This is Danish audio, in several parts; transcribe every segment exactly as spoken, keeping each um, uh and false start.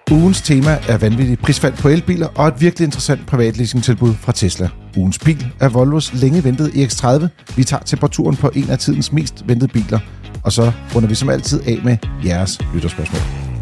Ugens tema er vanvittigt prisfald på elbiler og et virkelig interessant privatleasingtilbud fra Tesla. Ugens bil er Volvos længe ventede E X tredive. Vi tager temperaturen på en af tidens mest ventede biler. Og så runder vi som altid af med jeres lytterspørgsmål.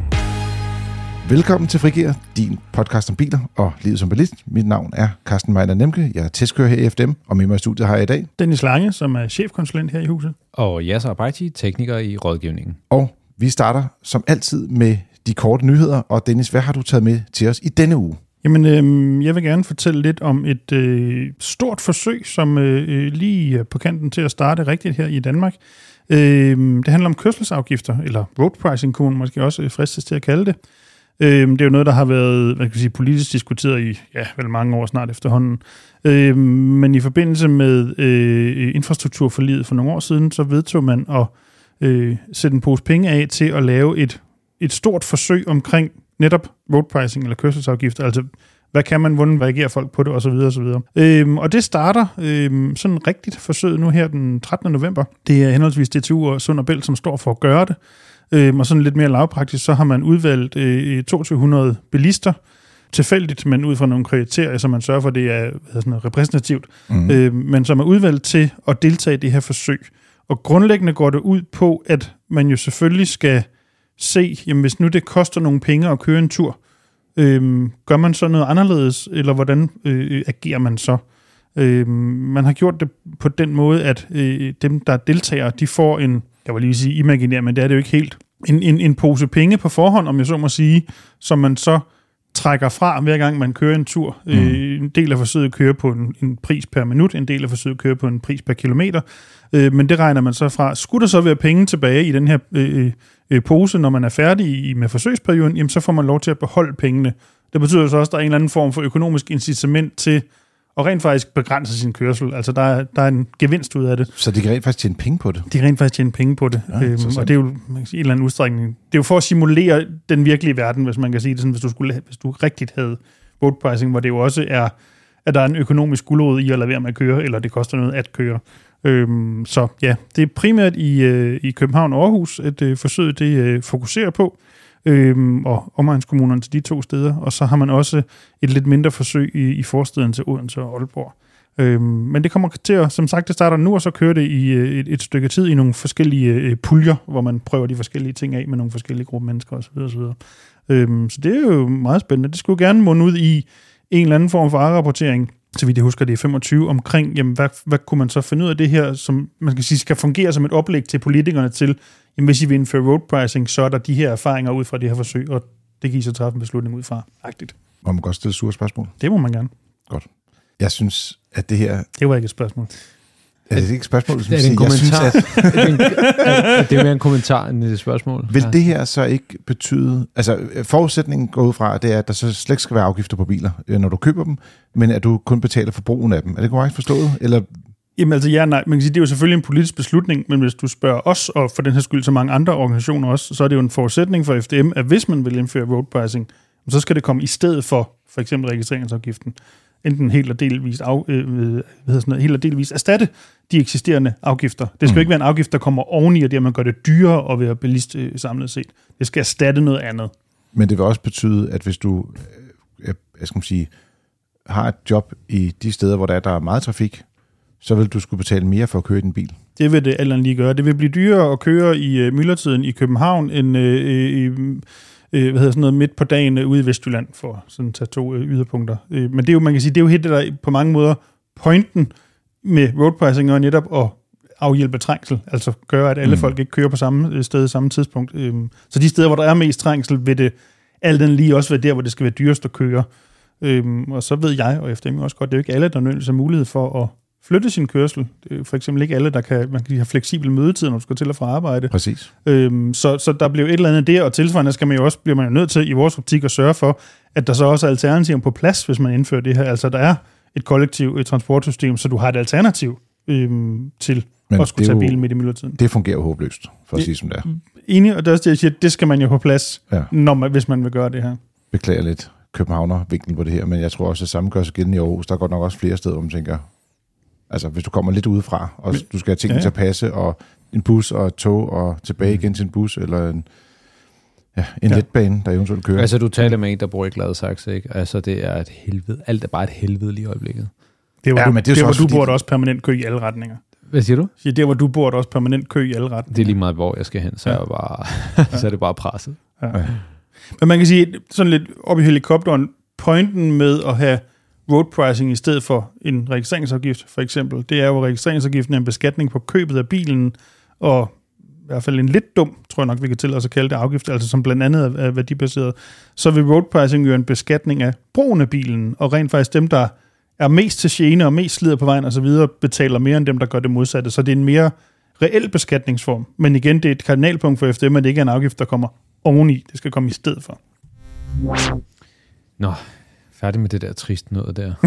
Velkommen til Frigir, din podcast om biler og livet som bilist. Mit navn er Carsten Meiner Nemke. Jeg er testkører her i F D M, og med mig i studiet har jeg i dag Dennis Lange, som er chefkonsulent her i huset. Og Yasser Abaiti, tekniker i rådgivningen. Og vi starter som altid med de korte nyheder. Og Dennis, hvad har du taget med til os i denne uge? Jamen, øh, jeg vil gerne fortælle lidt om et øh, stort forsøg, som øh, lige er på kanten til at starte rigtigt her i Danmark. Øh, det handler om kørselsafgifter, eller road pricing, kunne man måske også fristes til at kalde det. Øh, det er jo noget, der har været, hvad kan jeg sige, politisk diskuteret i ja, vel mange år snart efterhånden. Øh, men i forbindelse med øh, infrastrukturforliget for nogle år siden, så vedtog man at øh, sætte en pose penge af til at lave et, et stort forsøg omkring netop road pricing eller kørselsafgifter, altså hvad kan man, hvordan reagerer folk på det, osv. osv. Øhm, og det starter øhm, sådan rigtigt forsøget nu her den trettende november. Det er henholdsvis D T U og Sund og Bælt, som står for at gøre det. Øhm, og sådan lidt mere lavpraktisk, så har man udvalgt øh, to tusind to hundrede bilister, tilfældigt, men ud fra nogle kriterier, så man sørger for, at det er sådan repræsentativt, mm. øhm, men som er udvalgt til at deltage i det her forsøg. Og grundlæggende går det ud på, at man jo selvfølgelig skal se, jamen hvis nu det koster nogle penge at køre en tur, øhm, gør man så noget anderledes, eller hvordan øh, agerer man så? Øhm, man har gjort det på den måde, at øh, dem, der deltager, de får en, jeg vil lige sige imaginær, men det er det jo ikke helt, en, en, en pose penge på forhånd, om jeg så må sige, som man så trækker fra, hver gang man kører en tur. Mm. Øh, en del af forsøget kører på en, en pris per minut, en del af forsøget kører på en pris per kilometer, øh, men det regner man så fra. Skulle der så være penge tilbage i den her øh, øh, pose, når man er færdig med forsøgsperioden, jamen så får man lov til at beholde pengene. Det betyder så også, at der er en eller anden form for økonomisk incitament til at rent faktisk begrænse sin kørsel. Altså der er, der er en gevinst ud af det. Så de kan rent faktisk tjene penge på det? De kan rent faktisk tjene penge på det. Ja, øhm, og det er jo man kan sige, en eller anden udstrækning. Det er jo for at simulere den virkelige verden, hvis man kan sige det sådan, hvis du, skulle, hvis du rigtigt havde road pricing, hvor det jo også er, at der er en økonomisk gulerod i at lade være med at køre, eller det koster noget at køre. Øhm, så ja, det er primært i, øh, i København og Aarhus, at øh, forsøget det øh, fokuserer på, øhm, og omegnskommunerne til de to steder, og så har man også et lidt mindre forsøg i, i forsteden til Odense og Aalborg. Øhm, men det kommer til at, som sagt, det starter nu, og så kører det i øh, et, et stykke tid i nogle forskellige øh, puljer, hvor man prøver de forskellige ting af med nogle forskellige grupper mennesker osv. osv. Øhm, så det er jo meget spændende. Det skulle gerne munde ud i en eller anden form for afrapportering, så vidt jeg husker, det er femogtyve, omkring, jamen, hvad, hvad kunne man så finde ud af det her, som man skal sige, skal fungere som et oplæg til politikerne til, jamen, hvis I vil indføre road pricing, så er der de her erfaringer ud fra det her forsøg, og det kan I så træffe en beslutning ud fra. Agtigt. Må man godt stille sure spørgsmål? Det må man gerne. Godt. Jeg synes, at det her... Det var ikke et spørgsmål. Er det ikke et spørgsmål? Det er det en kommentar? Synes, at... er, det en, er det mere en kommentar end et spørgsmål? Vil det her så ikke betyde... Altså, forudsætningen går ud fra, at det er, at der så slet ikke skal være afgifter på biler, når du køber dem, men at du kun betaler for brugen af dem. Er det korrekt forstået? Eller... Jamen altså, ja, nej. Man kan sige, det er jo selvfølgelig en politisk beslutning, men hvis du spørger os, og for den her skyld så mange andre organisationer også, så er det jo en forudsætning for F D M, at hvis man vil indføre road pricing, så skal det komme i stedet for for eksempel registreringsafgiften. Enten helt og delvis, af, øh, hvad hedder sådan noget, helt og delvis erstatte de eksisterende afgifter. Det skal mm. jo ikke være en afgift, der kommer oveni, og det at man gør det dyrere at være bilist øh, samlet set. Det skal erstatte noget andet. Men det vil også betyde, at hvis du øh, jeg skal sige, har et job i de steder, hvor der er, der er meget trafik, så vil du skulle betale mere for at køre i din bil. Det vil det alt lige gøre. Det vil blive dyrere at køre i øh, myldretiden i København, end øh, i... Øh, hvad hedder sådan noget midt på dagen øh, ude i Vestjylland, for sådan at tage to øh, yderpunkter. Øh, men det er jo, man kan sige, det er jo helt det, der på mange måder pointen med road pricing og netop at afhjælpe trængsel, altså gøre, at alle mm. folk ikke kører på samme sted samme tidspunkt. Øh, så de steder, hvor der er mest trængsel, vil det alt den lige også være der, hvor det skal være dyrest at køre. Øh, og så ved jeg, og efter mig også godt, det er jo ikke alle, der nødvendigvis har mulighed for at flytte sin kørsel. Det er for eksempel ikke alle, der kan, man kan have fleksibel mødetid, når du skal til og fra arbejde. Præcis. Øhm, så, så der bliver et eller andet der, og tilsvarende skal man jo også, bliver man jo nødt til i vores optik at sørge for, at der så også er alternativer på plads, hvis man indfører det her. Altså der er et kollektivt et transportsystem, så du har et alternativ øhm, til Men at skulle tage bilen midt i myldretiden. Det fungerer håbløst, for at sige som det er. Enig, og det er også det, jeg siger, det skal man jo på plads, ja. når man, hvis man vil gøre det her. Beklager lidt københavner-vinkel på det her, men jeg tror også, at samme gør sig gældende i Aarhus. Der er godt nok også flere steder, hvor man tænker, altså hvis du kommer lidt udefra, og men, du skal have tingene ja, ja. til at passe, og en bus og et tog, og tilbage igen til en bus, eller en, Ja, en ja. letbane, der eventuelt kører. Altså, du taler med en, der bor i Gladsaxe, ikke? Altså, det er et helvede. Alt er bare et helvede lige i øjeblikket. Det var ja, du, men det er der, hvor også du fordi... bor, der også permanent kø i alle retninger. Hvad siger du? Så der, hvor du bor, der også permanent kø i alle retninger. Det er lige meget, hvor jeg skal hen, så, ja. er, bare, ja. så er det bare presset. Ja. Ja. Men man kan sige, sådan lidt op i helikopteren, pointen med at have road pricing i stedet for en registreringsafgift, for eksempel, det er jo, at registreringsafgiften er en beskatning på købet af bilen, og i hvert fald en lidt dum, tror jeg nok, vi kan til at kalde det afgift, altså som blandt andet er værdibaseret, så vil road pricing jo en beskatning af brugen af bilen, og rent faktisk dem, der er mest til gene og mest slider på vejen og så videre, betaler mere end dem, der gør det modsatte. Så det er en mere reel beskatningsform. Men igen, det er et kardinalpunkt for F D M, at det ikke er en afgift, der kommer oveni. Det skal komme i stedet for. Nå, færdig med det der trist noget der.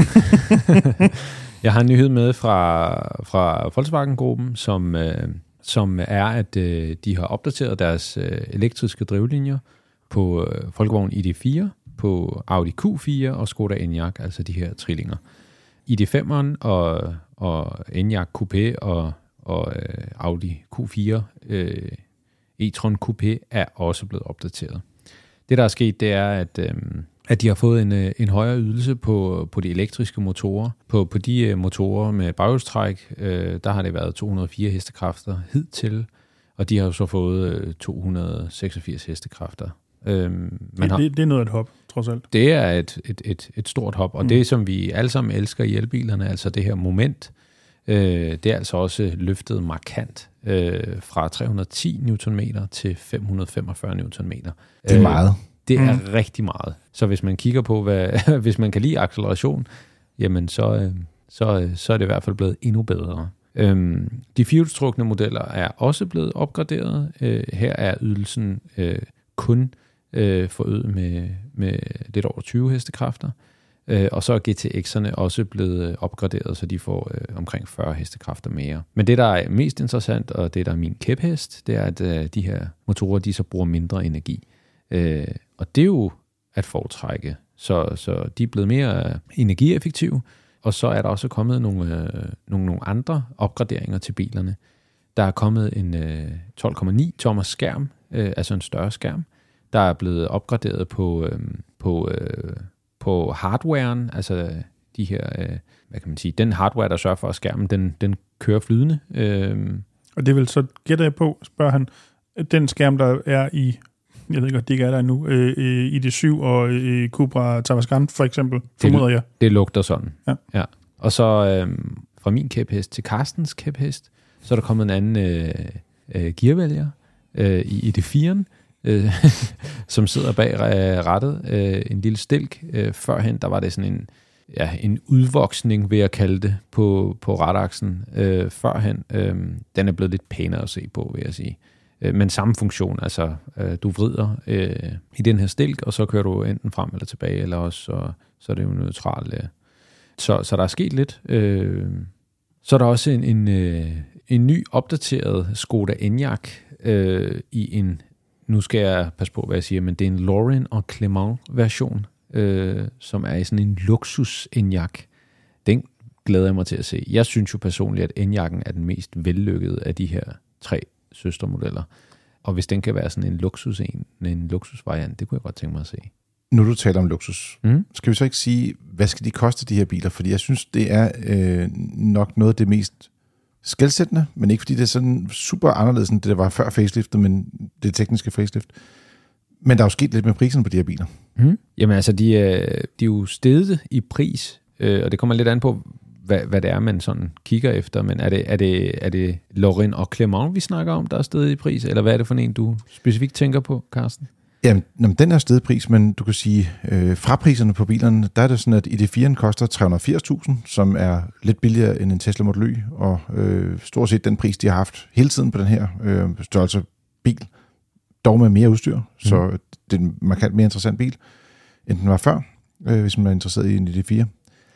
Jeg har en nyhed med fra, fra Volkswagen-gruppen, som, øh, som er, at øh, de har opdateret deres øh, elektriske drivlinjer på øh, Volkswagen I D fire, på Audi Q fire og Skoda Enyaq, altså de her trillinger. I D fem'eren og, og Enyaq Coupé og, og øh, Audi Q fire øh, e-tron Coupé er også blevet opdateret. Det, der er sket, det er, at, øh, at de har fået en, en højere ydelse på, på de elektriske motorer. På, på de øh, motorer med baghjulstræk, øh, der har det været to hundrede og fire hestekræfter hidtil, og de har jo så fået øh, to hundrede og seksogfirs hestekræfter. Øhm, det, har, det, det er noget af et hop, trods alt. Det er et, et, et, et stort hop, og mm. det, som vi alle sammen elsker i elbilerne, altså det her moment, øh, det er altså også løftet markant øh, fra tre hundrede og ti newtonmeter til fem hundrede og femogfyrre newtonmeter. Det er meget. Øh, det er mm. rigtig meget. Så hvis man kigger på, hvad, hvis man kan lide acceleration, jamen så, øh, så, så er det i hvert fald blevet endnu bedre. Øhm, de firehjulstrukne modeller er også blevet opgraderet. Øh, her er ydelsen øh, kun øh, forøget med, med lidt over tyve hestekræfter. Øh, og så er G T X'erne også blevet opgraderet, så de får øh, omkring fyrre hestekræfter mere. Men det, der er mest interessant, og det, der er min kæphest, det er, at øh, de her motorer, de så bruger mindre energi. Øh, og det er jo at foretrække. Så, så de er blevet mere energieffektive, og så er der også kommet nogle, øh, nogle, nogle andre opgraderinger til bilerne. Der er kommet en øh, tolv komma ni tommer skærm, øh, altså en større skærm, der er blevet opgraderet på, øh, på, øh, på hardwaren, altså de her, øh, hvad kan man sige, den hardware, der sørger for, at skærmen den, den kører flydende. Øh. Og det vil så gætte jeg på, spørger han, den skærm, der er i, jeg ved ikke, det ikke er der nu, øh, i D syv og i Cupra Tavascan for eksempel, formoder jeg. Det, det lugter sådan, ja. ja. Og så øh, fra min kæphest til Carstens kæphest, så er der kommet en anden øh, øh, gearvælger øh, i I D fire'en, øh, som sidder bag øh, rattet, øh, en lille stilk. Øh, førhen, der var det sådan en, ja, en udvoksning, vil jeg kalde det, på, på rataksen. Øh, førhen, øh, den er blevet lidt pænere at se på, vil jeg sige. Øh, men samme funktion, altså øh, du vrider øh, i den her stilk, og så kører du enten frem eller tilbage, eller også så, så er det jo neutralt. Øh. Så, så der er sket lidt. Øh, så er der også en, en, øh, en ny opdateret Skoda Enyaq øh, i en, nu skal jeg passe på, hvad jeg siger, men det er en Laurent og Clement version, øh, som er i sådan en luksus Enyaq. Den glæder jeg mig til at se. Jeg synes jo personligt, at Enyaq'en er den mest vellykkede af de her tre søstermodeller. Og hvis den kan være sådan en luksus en, en luksusvariant, det kunne jeg godt tænke mig at se. Nu du taler om luksus, mm. skal vi så ikke sige, hvad skal de koste, de her biler? Fordi jeg synes, det er øh, nok noget af det mest skelsættende, men ikke fordi det er sådan super anderledes, end det der var før faceliftet, men det tekniske facelift. Men der er jo sket lidt med priserne på de her biler. Mm. Jamen altså, de er, de er jo steget i pris, øh, og det kommer lidt an på, hvad, hvad det er, man sådan kigger efter. Men er det, er det, er det Laurent og Clement, vi snakker om, der er steget i pris? Eller hvad er det for en, du specifikt tænker på, Carsten? Jamen, den er steget pris, men du kan sige, øh, fra priserne på bilerne, der er det sådan, at I D fire'en koster tre hundrede og firs tusind, som er lidt billigere end en Tesla Model Y, og øh, stort set den pris, de har haft hele tiden på den her øh, størrelse bil, dog med mere udstyr, mm. så det er en markant mere interessant bil, end den var før, øh, hvis man er interesseret i en I D fire.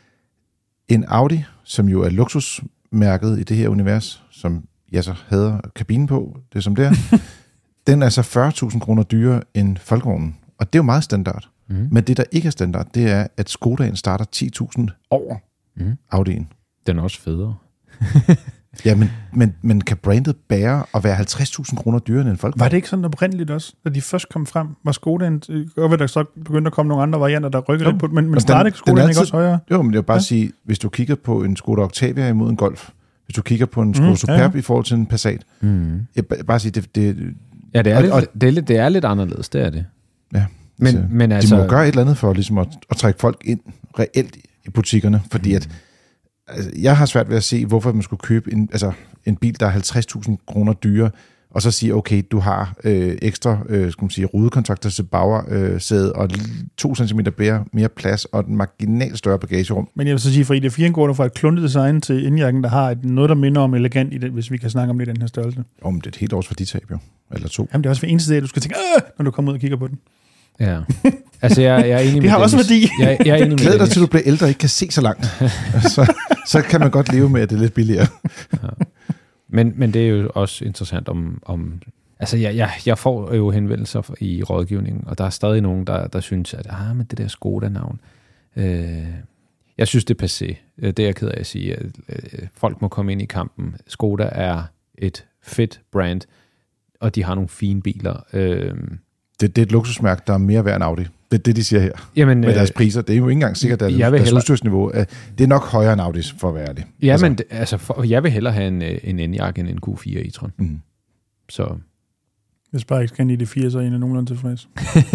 En Audi, som jo er luksusmærket i det her univers, som jeg så hader kabinen på, det er som det er, den er så fyrre tusind kroner dyrere end Folkevognen. Og det er jo meget standard. Mm. Men det, der ikke er standard, det er, at Skodaen starter ti tusind over mm. Audi'en. Den er også federe. Ja, men, men, men kan brandet bære at være halvtreds tusind kroner dyrere end en Volkswagen? Var det ikke sådan oprindeligt også, da de først kom frem? Var Skoda en... Godt ved, der så begyndte at komme nogle andre varianter, der rykkede lidt på det, men, men startede Skoda altid, ikke også højere? Jo, men jeg vil bare ja. sige, hvis du kigger på en Skoda Octavia imod en Golf, hvis du kigger på en Skoda mm, Superb ja, ja. i forhold til en Passat, mm. jeg vil bare sige, det... det ja, det er, og, lidt, og, det, er lidt, det er lidt anderledes, det er det. Ja, men, altså, men altså, de må gøre et eller andet for ligesom at, at trække folk ind reelt i butikkerne, fordi mm. at altså, jeg har svært ved at se, hvorfor man skulle købe en, altså, en bil, der er halvtreds tusind kroner dyrere, og så sige, okay, du har øh, ekstra øh, skal man sige, rudekontakter til bagsædet, øh, og to centimeter mere, mere plads, og et marginalt større bagagerum. Men jeg vil så sige, for I D fire går der fra et kluntet design til indjakken, der har et, noget, der minder om elegant, i det, hvis vi kan snakke om det i den her størrelse. Jo, men det er et helt års værditab, jo. Eller to. Jamen, det er også for eneste dag, du skal tænke, når du kommer ud og kigger på den. Ja, altså jeg, jeg er enig med det har Dennis. Også værdi. Jeg, jeg er enig med Glæd dig til, du bliver ældre og ikke kan se så langt. så, så kan man godt leve med, at det er lidt billigere. Ja. Men, men det er jo også interessant om... om altså, jeg, jeg, jeg får jo henvendelser i rådgivningen, og der er stadig nogen, der, der synes, at ah, men det der Skoda-navn... Øh, jeg synes, det er passé. Det er jeg ked af at sige. At, øh, folk må komme ind i kampen. Skoda er et fedt brand, og de har nogle fine biler. Øh, Det, det er et luksusmærke, der er mere værd end Audi. Det er det, de siger her. Jamen, med deres priser. Det er jo ikke engang sikkert, at deres hellere... udstyrsniveau det er nok højere end Audis, for at være det. Ja, altså. men det, altså, for, jeg vil hellere have en, en Enyaq end en Q fire e-tron. Mm. Så... Hvis bare ikke kan I D fire, så er en af nogenlunde tilfreds.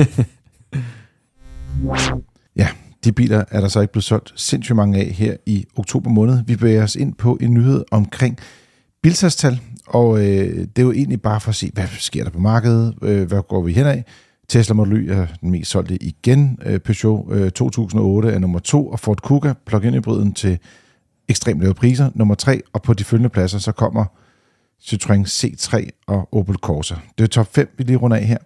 Ja, de biler er der så ikke blevet solgt sindssygt mange af her i oktober måned. Vi bevæger os ind på en nyhed omkring bilsalgstal, og øh, det er jo egentlig bare for at se, hvad sker der på markedet, øh, hvad går vi hen af. Tesla Model Y er den mest solgte igen, øh, Peugeot øh, to tusind og otte er nummer to, og Ford Kuga, plug-in hybriden til ekstremt lave priser, nummer tre, og på de følgende pladser, så kommer Citroën C tre og Opel Corsa. Det er top fem, vi lige runder af her.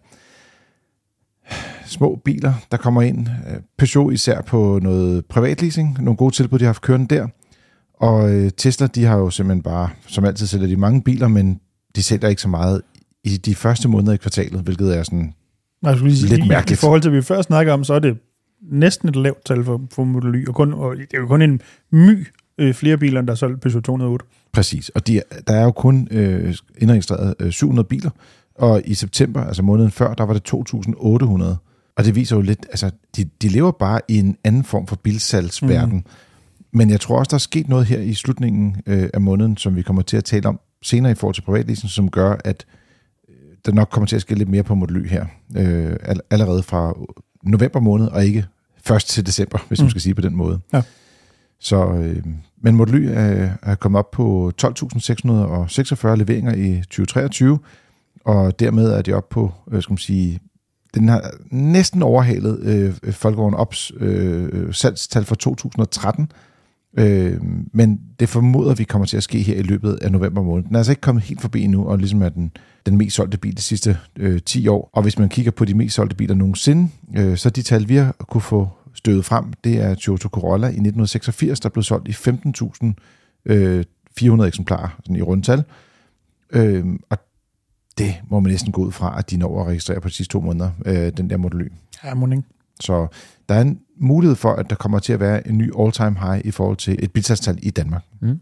Små biler, der kommer ind. Peugeot især på noget privatleasing, nogle gode tilbud, de har haft kørende der. Og øh, Tesla, de har jo simpelthen bare, som altid sælger de mange biler, men de sælger ikke så meget i de første måneder i kvartalet, hvilket er sådan jeg skulle lige sige, lidt mærkeligt. I forhold til, at vi først snakker om, så er det næsten et lavt tal for, for Model Y, og, kun, og det er jo kun en my øh, flere biler, end der er solgt Peugeot to hundrede og otte. Præcis, og de, der er jo kun øh, indregistreret øh, syv hundrede biler, og i september, altså måneden før, der var det to tusind otte hundrede. Og det viser jo lidt, altså de, de lever bare i en anden form for bilsalgsverden. Mm. Men jeg tror også, der er sket noget her i slutningen øh, af måneden, som vi kommer til at tale om senere i forhold til privatleasing, som gør, at øh, der nok kommer til at ske lidt mere på Model Y her, øh, allerede fra november måned, og ikke først til december, hvis mm. man skal sige på den måde. Ja. Så, øh, men Model Y er, er kommet op på tolv tusind seks hundrede og seksogfyrre leveringer i tyve treogtyve, og dermed er de op på, øh, skal man sige, den har næsten overhalet øh, Folkevogn Ops øh, salgstal for to tusind og tretten, øh, men det formoder vi kommer til at ske her i løbet af november måned. Den er altså ikke kommet helt forbi endnu, og ligesom er den, den mest solgte bil de sidste øh, ti år. Og hvis man kigger på de mest solgte biler nogensinde, øh, så de tal, vi har kunne få stødet frem, det er Toyota Corolla i nitten seksogfirs, der blev solgt i femten tusind fire hundrede eksemplarer, sådan i rundtal. Øh, og det må man næsten gå ud fra, at de når at registrere på de sidste to måneder, øh, den der Model Y. Ja, morning. Så der er en mulighed for, at der kommer til at være en ny all-time high i forhold til et bilsalgstal i Danmark. Mm.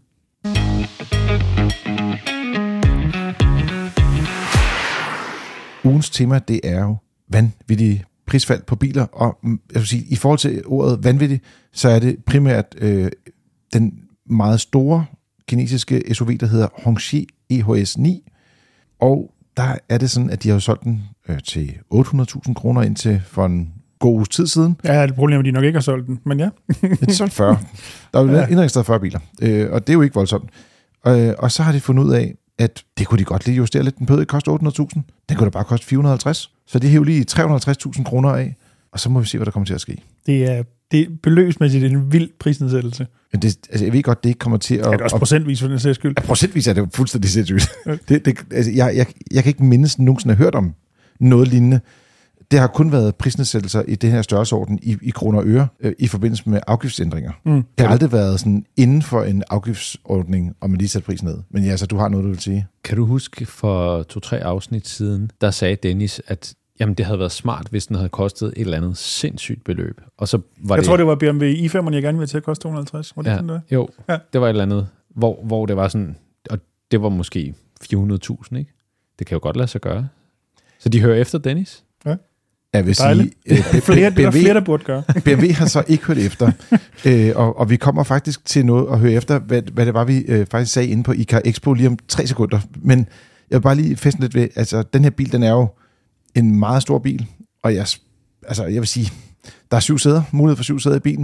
Ugens tema, det er jo vanvittige prisfald på biler, og jeg vil sige, i forhold til ordet vanvittig, så er det primært øh, den meget store kinesiske S U V, der hedder Hongqi E H S ni, og der er det sådan, at de har jo solgt den øh, til otte hundrede tusind kroner indtil for en god uges tid siden. Ja, det problem er, at de nok ikke har solgt den, men ja. Ja, de har solgt fyrre. Der er jo ja. indregistreret fyrre biler, øh, og det er jo ikke voldsomt. Øh, og så har de fundet ud af, at det kunne de godt lige justere lidt. Den bøde ikke koste otte hundrede tusind. Den kunne da bare koste fire hundrede og halvtreds. Så de hæver lige tre hundrede og halvtreds tusind kroner af, og så må vi se, hvad der kommer til at ske. Det er, det er beløbsmæssigt en vild prisnedsættelse. Men det, altså, jeg ved godt, det ikke kommer til at... Er det også procentvis for den sags skyld? Ja, procentvis er det jo fuldstændig sindssygt. det, det, altså, jeg, jeg, jeg kan ikke mindes, nogensinde har hørt om noget lignende. Det har kun været prisnedsættelser i det her størrelsesorden i, i kroner og øre øh, i forbindelse med afgiftsændringer. Mm. Det har aldrig været sådan inden for en afgiftsordning, om man lige sætter prisen ned. Men ja, så du har noget, du vil sige. Kan du huske for to-tre afsnit siden, der sagde Dennis, at jamen, det havde været smart, hvis den havde kostet et eller andet sindssygt beløb. Og så var jeg det... tror, det var B M W i fem, jeg gerne ville til at koste to hundrede og halvtreds. Var det ja, sådan, det var? Jo, ja. Det var et eller andet, hvor, hvor det var sådan... Og det var måske fire hundrede tusind, ikke? Det kan jo godt lade sig gøre. Så de hører efter Dennis? Ja. Jeg vil sige, øh, flere, det er flere, der burde gøre. B M W har så ikke hørt efter, øh, og, og vi kommer faktisk til noget at høre efter, hvad, hvad det var, vi øh, faktisk sagde inde på I C A Expo lige om tre sekunder. Men jeg vil bare lige fæstne lidt ved, altså den her bil, den er jo en meget stor bil, og jeg, altså, jeg vil sige, der er syv sæder, mulighed for syv sæder i bilen,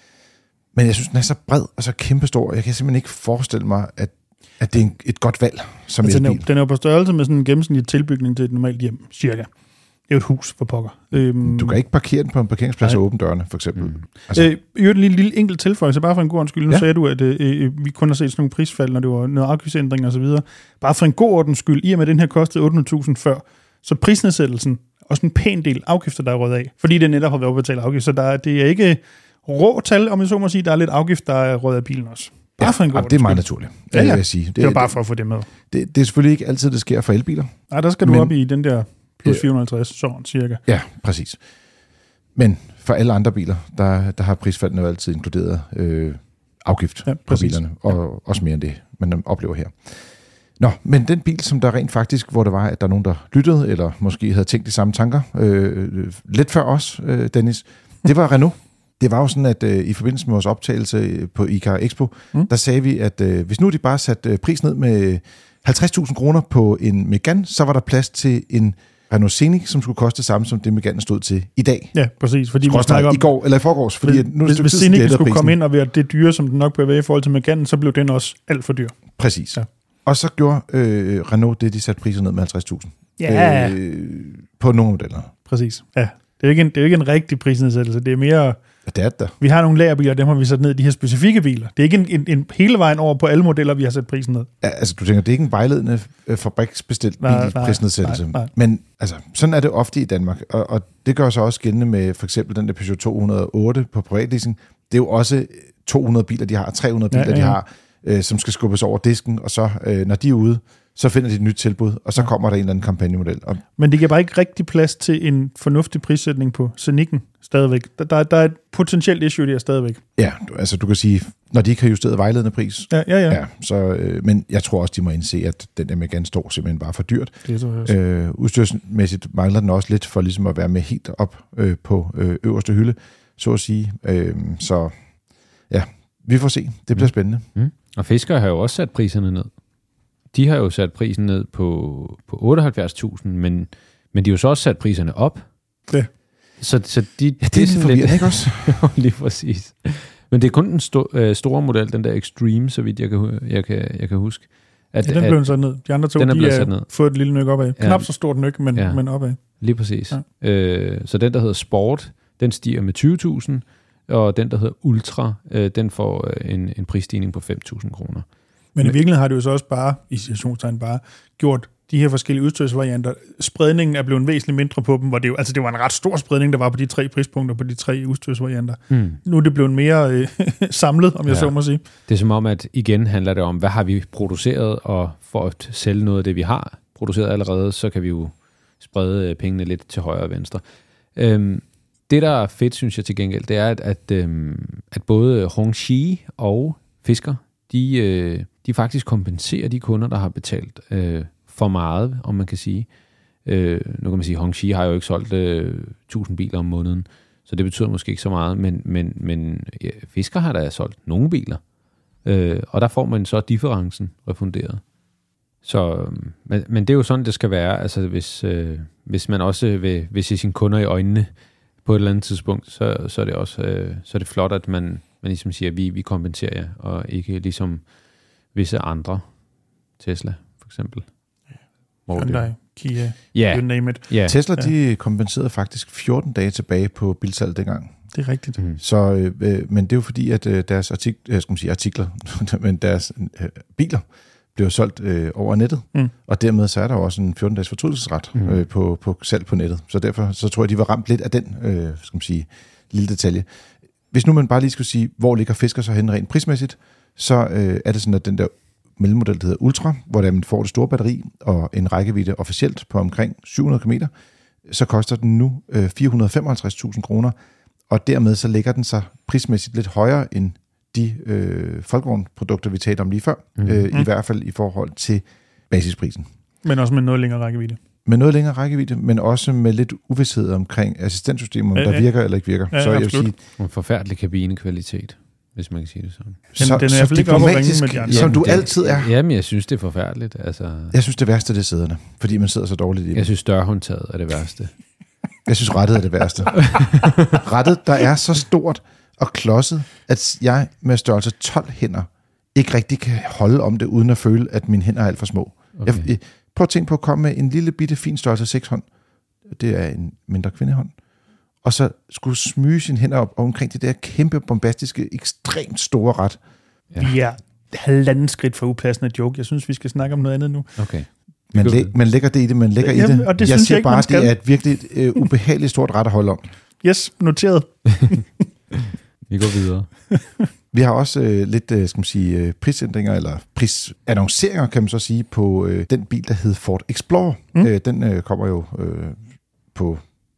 men jeg synes, den er så bred og så kæmpestor, jeg kan simpelthen ikke forestille mig, at, at det er en, et godt valg som altså, elbil. Den er jo på størrelse med sådan en gennemsnitlig tilbygning til et normalt hjem, cirka. Det er jo et hus for pokker. Øhm, du kan ikke parkere den på en parkeringsplads og åbne dørene, for eksempel. Mm. Altså. Øh, I en lille, lille enkelt tilføjelse, bare for en god undskyld. Nu ja. sagde du, at øh, vi kun har set sådan nogle prisfald, når det var noget afgiftsændringer og så videre. Bare for en god ordens skyld, i og med den her kostede otte hundrede tusind før, så prisnedsættelsen også en pæn del afgifter, der er røget af. Fordi det netop har været betalt afgift. Så der er, det er ikke rå tal, om jeg så må sige. Der er lidt afgift, der er røget af bilen også. Bare ja, for en god det er meget naturligt. Ja, ja. Det vil jeg sige. Det, det er bare for at få det med. Det, det er selvfølgelig ikke altid, det sker for elbiler. Nej, der skal du men, op i den der plus fire hundrede og halvtreds, sådan cirka. Ja, præcis. Men for alle andre biler, der, der har prisfaldene jo altid inkluderet øh, afgift ja, på bilerne, og ja. også mere end det, man oplever her. Nå, men den bil, som der rent faktisk, hvor der var, at der er nogen, der lyttede, eller måske havde tænkt de samme tanker, øh, lidt før os, øh, Dennis, det var Renault. Det var jo sådan, at øh, i forbindelse med vores optagelse på I C A Expo, mm. der sagde vi, at øh, hvis nu de bare satte øh, prisen ned med halvtreds tusind kroner på en Megane, så var der plads til en Renault Scenic, som skulle koste det samme, som det Megane stod til i dag. Ja, præcis. Fordi vi snakker om, i går, eller i forgårs. Fordi hvis, nu, hvis, hvis Scenic skulle komme ind og være det dyre, som den nok bør være i forhold til Megane, så blev den også alt for dyr. Præcis. Ja. Og så gjorde øh, Renault det, de satte priser ned med halvtreds tusind. Ja. Øh, på nogle modeller. Præcis. Ja. Det er jo ikke en, det er jo ikke en rigtig prisnedsættelse. Det er mere... Det er det. Vi har nogle lagerbiler, dem har vi sat ned i de her specifikke biler. Det er ikke en, en, en hele vejen over på alle modeller, vi har sat prisen ned. Ja, altså, du tænker, det er ikke en vejledende fabriksbestilt bilprisnedsættelse. Men altså, sådan er det ofte i Danmark. Og, og det gør så også gældende med for eksempel den der Peugeot to hundrede og otte på privatleasing. Det er jo også to hundrede biler, de har, tre hundrede biler, ja, ja, ja. de har, øh, som skal skubbes over disken. Og så, øh, når de er ude, så finder de et nyt tilbud, og så kommer der en eller anden kampagnemodel. Og men det giver bare ikke rigtig plads til en fornuftig prissætning på Scenic'en stadigvæk. Der, der, der er et potentielt issue der stadigvæk. Ja, altså du kan sige, når de ikke har justeret vejledende pris. Ja, ja, ja. ja så, øh, men jeg tror også, de må indse, at den der Megane står simpelthen bare for dyrt. Det tror jeg også. Øh, udstyrsmæssigt mangler den også lidt for ligesom at være med helt op øh, på øh, øverste hylde, så at sige. Øh, så ja, vi får se. Det bliver mm. spændende. Mm. Og Fisker har jo også sat priserne ned. De har jo sat prisen ned på, på otteoghalvfjerds tusind, men, men de har jo så også sat priserne op. Ja. Så, så de, ja, det er lidt forvirrende, ikke også? Lige præcis. Men det er kun den sto, øh, store model, den der Extreme, så vidt jeg kan, jeg kan, jeg kan huske. At, ja, den blev sat ned. De andre to, den er de er fået et lille nyk opad. Ja. Knap så stort nyk, men, ja. men opad. Lige præcis. Ja. Øh, så den, der hedder Sport, den stiger med tyve tusind, og den, der hedder Ultra, øh, den får en, en prisstigning på fem tusind kroner. Men i virkeligheden har det jo så også bare, i situationstegn bare, gjort de her forskellige udstyrsvarianter. Spredningen er blevet væsentligt mindre på dem, hvor det jo, altså det var en ret stor spredning, der var på de tre prispunkter på de tre udstyrsvarianter. Mm. Nu er det blevet mere øh, samlet, om jeg ja. så må sige. Det er som om, at igen handler det om, hvad har vi produceret, og for at sælge noget af det, vi har produceret allerede, så kan vi jo sprede pengene lidt til højre og venstre. Øhm, det, der er fedt, synes jeg til gengæld, det er, at, at, øhm, at både Hongqi og Fisker, de, øh, de faktisk kompenserer de kunder, der har betalt øh, for meget, om man kan sige. Øh, nu kan man sige, at Hongqi har jo ikke solgt øh, tusind biler om måneden, så det betyder måske ikke så meget, men, men, men ja, Fisker har da solgt nogle biler, øh, og der får man så differencen refunderet. Så, men, men det er jo sådan, det skal være, altså hvis, øh, hvis man også vil, vil se sine kunder i øjnene på et eller andet tidspunkt, så, så er det også øh, så er det flot, at man man ligesom siger, at vi, vi kompenserer jer, og ikke ligesom visse andre. Tesla, for eksempel. Hyundai, Kia, yeah. you name it. Yeah. Tesla, de kompenserede faktisk fjorten dage tilbage på bilsalget dengang. Det er rigtigt. Mm. Så, øh, men det er jo fordi, at øh, deres artik, jeg skal sige artikler, men deres øh, biler blev solgt øh, over nettet, mm. og dermed så er der jo også en fjorten-dages fortrydelsesret mm. øh, på, på salg på nettet. Så derfor så tror jeg, de var ramt lidt af den øh, skal man sige, lille detalje. Hvis nu man bare lige skulle sige, hvor ligger Fisker så hen rent prismæssigt, så øh, er det sådan, at den der mellemmodel, der hedder Ultra, hvor der man får det store batteri og en rækkevidde officielt på omkring syv hundrede kilometer, så koster den nu øh, fire hundrede og femoghalvtreds tusind kroner, og dermed så ligger den sig prismæssigt lidt højere end de øh, folkevognprodukter, vi talte om lige før, Mm. øh, Mm. i hvert fald i forhold til basisprisen. Men også med noget længere rækkevidde. Med noget længere rækkevidde, men også med lidt uvidshed omkring assistenssystemer, om Ja, der ja. virker eller ikke virker. Ja, så jeg vil absolut. sige, En forfærdelig kabinekvalitet, hvis man kan sige det sådan. så, den er i så hvert fald ikke oppe at ringe diplomatisk, med de andre. som du det, altid er. Jamen, jeg synes, det er forfærdeligt. Altså, Jeg synes, det værste det er sæderne, fordi man sidder så dårligt i jeg det. synes, dørhåndtaget er det værste. Jeg synes, rettet er det værste. Rettet, der er så stort og klodset, at jeg med størrelse tolv hænder ikke rigtig kan holde om det, uden at føle, at mine hænder er alt for små. Okay. Jeg, prøv at tænke på at komme med en lille bitte fin størrelse seks hånd. Det er en mindre kvindehånd. Og så skulle smyge sine hænder op omkring det der kæmpe, bombastiske, ekstremt store ret. Ja. Vi er halvanden skridt for upassende joke. Jeg synes, vi skal snakke om noget andet nu. Okay. Man, går læ- videre. man lægger det i det, man lægger Jamen, i det. og det jeg synes siger jeg ikke, bare, man at det skal. er et virkelig øh, ubehageligt stort ret at holde om. Yes, noteret. Vi går videre. Vi har også øh, lidt, øh, skal man sige, øh, prisændringer, eller prisannonceringer, kan man så sige, på øh, den bil, der hed Ford Explorer. Mm. Mm. Øh, den øh, kommer jo øh, på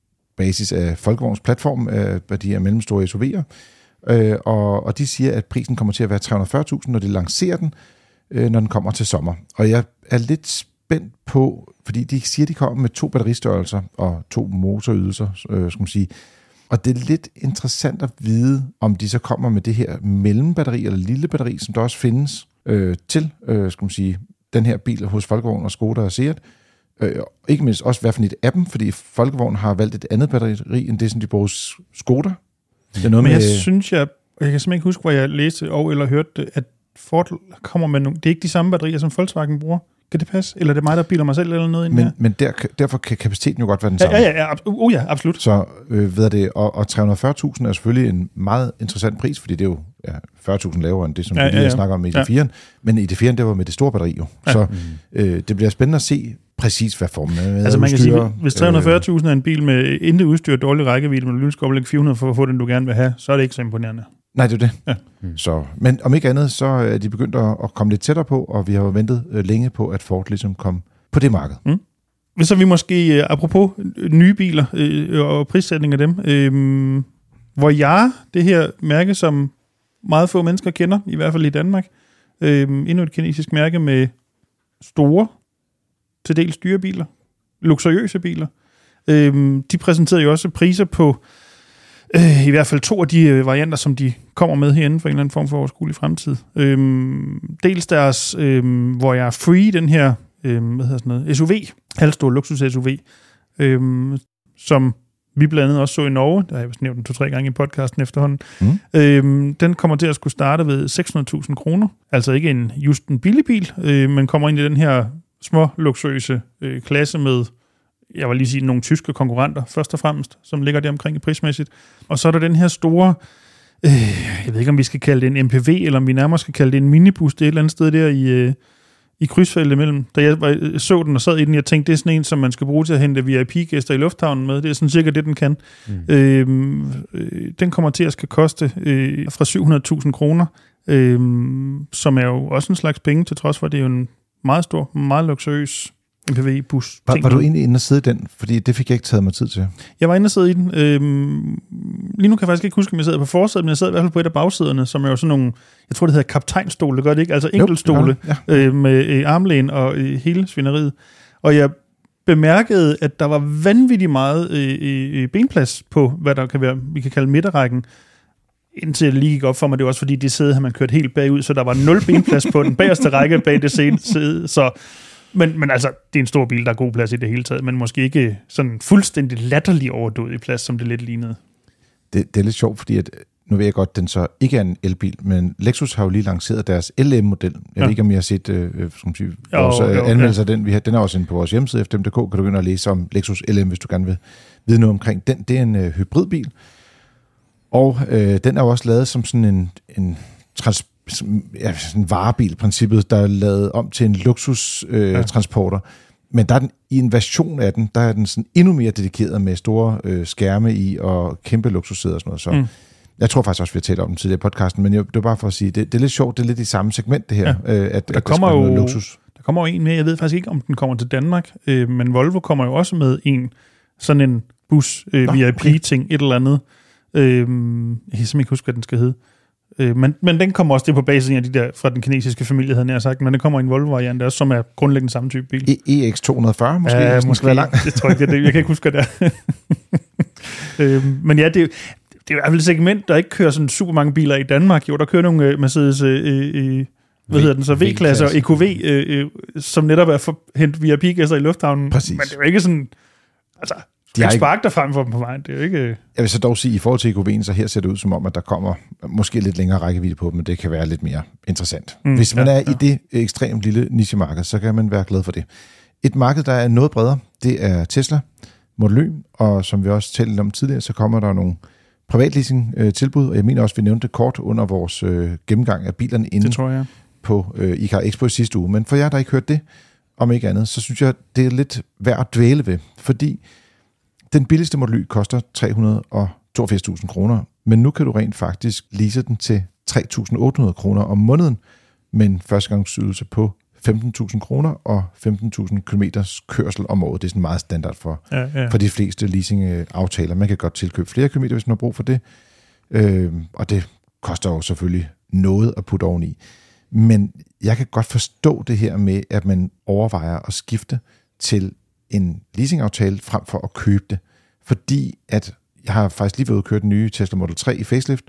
basis af Folkevogns platform, øh, af de her mellemstore S U V'er. Øh, og, og de siger, at prisen kommer til at være tre hundrede og fyrre tusind, når de lancerer den, øh, når den kommer til sommer. Og jeg er lidt spændt på, fordi de siger, at de kommer med to batteristørrelser og to motorydelser, øh, skal man sige. Og det er lidt interessant at vide, om de så kommer med det her mellembatteri eller lille batteri, som der også findes øh, til, øh, skal man sige, den her bil hos Folkevogn og Skoda og Seat. Øh, ikke mindst også, hvad for et af dem, fordi Folkevogn har valgt et andet batteri, end det, som de bruger hos Skoda. Det er noget Men med, jeg synes, jeg, jeg kan simpelthen ikke huske, hvor jeg læste og eller hørte det, at Ford kommer med nogle... Det er ikke de samme batterier, som Volkswagen bruger. Kan det passe? Eller er det mig, der bilder mig selv eller noget ind men, her? men der, derfor kan kapaciteten jo godt være den Ja, samme. ja, ja, ja, uh, ja, absolut. Så øh, ved det, og, og tre hundrede og fyrre tusind er selvfølgelig en meget interessant pris, fordi det er jo ja, fyrre tusind lavere end det, som Ja, vi lige ja, har ja. snakket om i Ja. I D fire'en. Men i I D fire'en, det var med det store batteri jo. Ja. Så øh, det bliver spændende at se præcis, hvad formen er. Altså man kan udstyr, sige, hvis tre hundrede og fyrre tusind er en bil med intet udstyr, dårlig rækkevidde, men du lige skal oplægge fire hundrede for at få den, du gerne vil have, så er det ikke så imponerende. Nej, det er det. Ja. Mm. Så, men om ikke andet, så er de begyndt at, at komme lidt tættere på, og vi har jo ventet øh, længe på, at Ford ligesom kom på det marked. Mm. Hvis så vi måske, øh, apropos nye biler øh, og prissætning af dem, øh, hvor jeg, det her mærke, som meget få mennesker kender, i hvert fald i Danmark, øh, endnu et kinesisk mærke med store, til dels dyre biler, luksuriøse biler. Øh, de præsenterede jo også priser på øh, i hvert fald to af de øh, varianter, som de kommer med herinde for en eller anden form for overskuelig fremtid. Øh, dels deres, øh, hvor jeg er free, den her øh, hvad hedder sådan noget, S U V, halvstor luksus S U V, øh, som vi blandt andet også så i Norge, der har jeg vist nævnt den to-tre gange i podcasten efterhånden. Mm. Øh, den kommer til at skulle starte ved seks hundrede tusind kroner, altså ikke en just en billig bil, øh, men kommer ind i den her små luksuriøse øh, klasse med, jeg vil lige sige, nogle tyske konkurrenter, først og fremmest, som ligger der omkring i prismæssigt. Og så er der den her store, øh, jeg ved ikke, om vi skal kalde det en M P V, eller om vi nærmere skal kalde det en minibus, det er et eller andet sted der i, øh, i krydsfeltet imellem. Da jeg var, så den og sad i den, jeg tænkte, det er sådan en, som man skal bruge til at hente V I P-gæster i lufthavnen med. Det er sådan cirka det, den kan. Mm. Øh, øh, den kommer til at skal koste øh, fra syv hundrede tusind kroner, øh, som er jo også en slags penge, til trods for, at det er jo en meget stor, meget luksuriøs M P V-bus. Var, var du egentlig inde og sidde i den? Fordi det fik jeg ikke taget mig tid til. Jeg var inde og sidde i den. Øhm, lige nu kan jeg faktisk ikke huske, om jeg sad på forsædet, men jeg sad i hvert fald på et af bagsæderne, som er jo sådan nogle, jeg tror det hedder kaptajnstole, det gør det ikke? Altså enkeltstole ja. øh, med øh, armlæn og øh, hele svineriet. Og jeg bemærkede, at der var vanvittigt meget øh, øh, benplads på, hvad der kan være, vi kan kalde midterrækken, indtil det lige gik op for mig. Det var også fordi, det sæde har man kørt helt bagud, så der var nul benplads på den bagerste række bag det sæde. Så Men, men altså, det er en stor bil, der er god plads i det hele taget, men måske ikke sådan fuldstændig latterlig overdået i plads, som det lidt lignede. Det, det er lidt sjovt, fordi at, nu ved jeg godt, at den så ikke er en elbil, men Lexus har jo lige lanceret deres L M-model. Jeg ja. ved ikke, om I har set øh, skal man sige, vores jo, jo, anmeldelser af ja. den. Vi har, den er også inde på vores hjemmeside, f d m punktum d k, kan du gå ind og læse om Lexus L M, hvis du gerne vil vide noget omkring den. Det er en øh, hybridbil, og øh, den er jo også lavet som sådan en, en trans ja, sådan en varebil-princippet, der er lavet om til en luksus-transporter. Øh, ja. Men der er den, i en version af den, der er den sådan endnu mere dedikeret med store øh, skærme i og kæmpe luksussæder og sådan noget. Så mm. jeg tror faktisk også, vi har talt om den tidligere i podcasten, men jeg, det er bare for at sige, det, det er lidt sjovt, det er lidt i samme segment, det her. Ja. Øh, at, der, at kommer der, jo, luksus. der kommer jo en mere, jeg ved faktisk ikke, om den kommer til Danmark, øh, men Volvo kommer jo også med en sådan en bus, øh, Nå, V I P-ting, okay. et eller andet. Øh, jeg kan simpelthen ikke huske, hvad den skal hedde. Øh, men, men den kommer også det på basis af de der fra den kinesiske familie, havde jeg sagt, men den kommer i en Volvo-variant også, som er grundlæggende samme type bil. E X to hundrede og fyrre måske? Ja, måske, måske være lang. Det tror jeg ikke, det, jeg kan ikke huske, hvad det er. øh, men ja, det, det er jo i hvert fald et segment, der ikke kører sådan super mange biler i Danmark. Jo, der kører nogle uh, Mercedes øh, øh, hvad hedder den så, V-klasse og E Q V, øh, øh, som netop er for, hentet via piggasser i lufthavnen. Præcis. Men det er jo ikke sådan, altså, de har ikke sparket dig frem for dem på vejen. Det er jo ikke... Jeg vil så dog sige, i forhold til E Q V'en, så her ser det ud som om, at der kommer måske lidt længere rækkevidde på dem, men det kan være lidt mere interessant. Mm, Hvis man ja, er ja. i det ekstremt lille nichemarked, så kan man være glad for det. Et marked, der er noget bredere, det er Tesla, Model Y, og som vi også talte om tidligere, så kommer der nogle privatleasing-tilbud, og jeg mener også, vi nævnte det kort under vores øh, gennemgang af bilerne inde det tror jeg. på øh, I C A R Expo i sidste uge. Men for jer, der ikke hørt det, om ikke andet, så synes jeg, det er lidt værd at dvæle ved, fordi den billigste Model Y koster tre hundrede og toogfirs tusind kroner, men nu kan du rent faktisk lease den til tre tusind otte hundrede kroner om måneden, med en førstegangsydelse på femten tusind kroner og femten tusind kilometers kørsel om året. Det er sådan meget standard for, ja, ja. for de fleste leasing-aftaler. Man kan godt tilkøbe flere kilometer, hvis man har brug for det, øh, og det koster jo selvfølgelig noget at putte oveni. Men jeg kan godt forstå det her med, at man overvejer at skifte til en leasingaftale frem for at købe det. Fordi at jeg har faktisk lige været ude og køre den nye Tesla Model tre i facelift.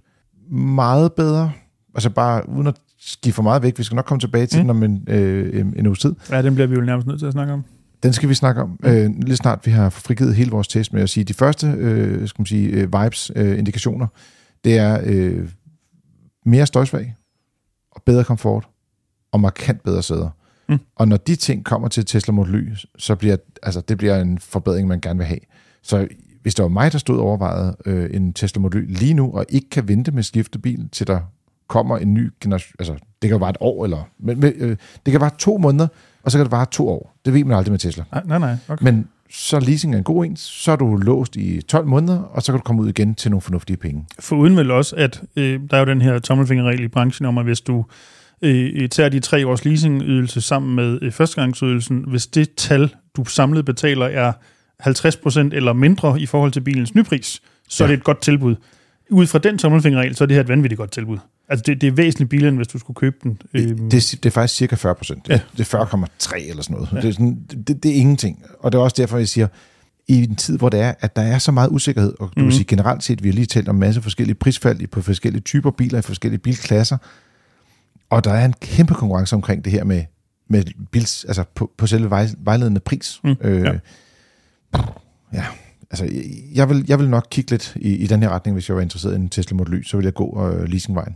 Meget bedre. Altså bare uden at skifte for meget væk. Vi skal nok komme tilbage til mm. den om en, øh, en uge tid. Ja, den bliver vi jo nærmest nødt til at snakke om. Den skal vi snakke om. Mm. Øh, lidt snart vi har frigivet hele vores test med at sige, de første øh, skal man sige, øh, vibes, øh, indikationer, det er øh, mere støjsvag og bedre komfort og markant bedre sæder. Mm. Og når de ting kommer til Tesla Model Y, så bliver altså, det bliver en forbedring, man gerne vil have. Så hvis det var mig, der stod og overvejede øh, en Tesla Model Y lige nu, og ikke kan vente med skiftebil, til der kommer en ny generation, altså det kan jo være et år, eller men, øh, det kan være to måneder, og så kan det være to år. Det ved man aldrig med Tesla. Nej, nej, nej. Okay. Men så leasing er en god en, så er du låst i tolv måneder, og så kan du komme ud igen til nogle fornuftige penge. For uden vel også, at øh, der er jo den her tommelfingerregel i branchen om, at hvis du øh, tager de tre års leasingydelse sammen med øh, førstegangsydelsen, hvis det tal, du samlet betaler, er halvtreds procent eller mindre i forhold til bilens nypris, så ja. er det et godt tilbud. Ud fra den tommelfingerregel, så er det her et vanvittigt godt tilbud. Altså det, det er væsentligt billigere, end hvis du skulle købe den. Det, det, det er faktisk cirka fyrre procent. Ja. Det er fyrre komma tre eller sådan noget. Ja. Det, er sådan, det, det er ingenting. Og det er også derfor, jeg siger, i en tid, hvor det er, at der er så meget usikkerhed, og du mm-hmm. vil sige generelt set, vi har lige talt om en masse forskellige prisfald på forskellige typer biler, i forskellige bilklasser, og der er en kæmpe konkurrence omkring det her med, med bils, altså på, på selve vej, vejledende pris. Mm. Øh, ja. ja. Altså, jeg vil, jeg vil nok kigge lidt i, i den her retning, hvis jeg var interesseret i en Tesla Model Y, så vil jeg gå øh, leasingvejen.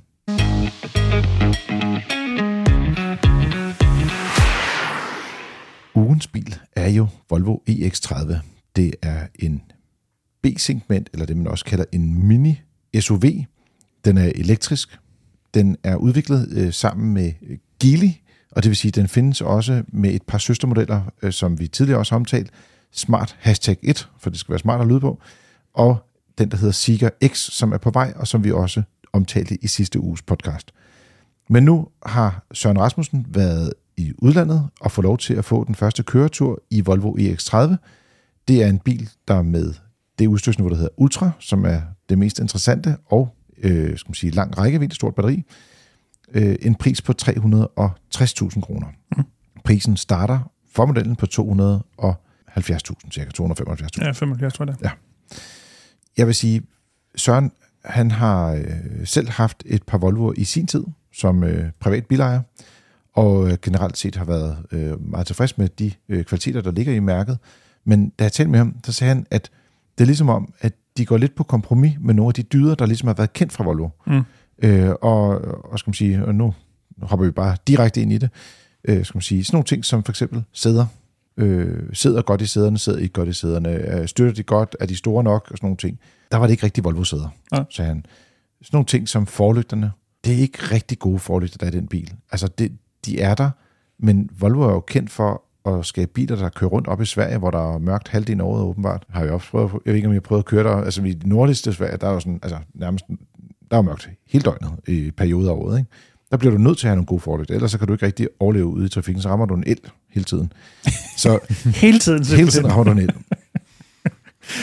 Ugens bil er jo Volvo E X tredive. Det er en B-segment, eller det man også kalder en mini-S U V. Den er elektrisk. Den er udviklet øh, sammen med Geely, og det vil sige, at den findes også med et par søstermodeller, øh, som vi tidligere også har omtalt. Smart hashtag et, for det skal være smart at lyde på, og den, der hedder Zeekr X, som er på vej, og som vi også omtalte i sidste uges podcast. Men nu har Søren Rasmussen været i udlandet og fået lov til at få den første køretur i Volvo E X tredive. Det er en bil, der med det udstyrsniveau, der hedder Ultra, som er det mest interessante, og øh, skal man sige, lang rækkevidde, stort batteri, øh, en pris på tre hundrede og tres tusind kroner. Mm. Prisen starter for modellen på to hundrede og halvfjerds tusind, cirka to hundrede og femoghalvfjerds tusind. Ja, femoghalvfjerds tror jeg det. Ja. Jeg vil sige, Søren, han har øh, selv haft et par Volvoer i sin tid som øh, privat bilejer, og øh, generelt set har været øh, meget tilfreds med de øh, kvaliteter, der ligger i mærket. Men da jeg talte med ham, så sagde han, at det er ligesom om, at de går lidt på kompromis med nogle af de dyder, der ligesom har været kendt fra Volvo. Mm. Øh, og, og skal man sige, og nu hopper vi bare direkte ind i det, øh, skal man sige, sådan nogle ting som for eksempel sæder. Øh, sidder godt i sæderne, sidder ikke godt i sæderne, øh, støtter de godt, er de store nok, og sådan nogle ting. Der var det ikke rigtig Volvo-sæder, ja. sagde han. Sådan nogle ting som forlygterne, det er ikke rigtig gode forlygter, der er i den bil. Altså, det, de er der, men Volvo er jo kendt for at skabe biler, der kører rundt op i Sverige, hvor der er mørkt halvdelen af året, åbenbart. Har jeg også prøvet, jeg ved ikke, om jeg har prøvet at køre der, altså i det nordligste Sverige, der er jo sådan, altså nærmest, der er mørkt hele døgnet i perioder af året, ikke? Der bliver du nødt til at have nogle gode forlygter, ellers så kan du ikke rigtig overleve ude i trafikken, så rammer du en el hele tiden. Så hele tiden? Hele tiden rammer du en el. Jeg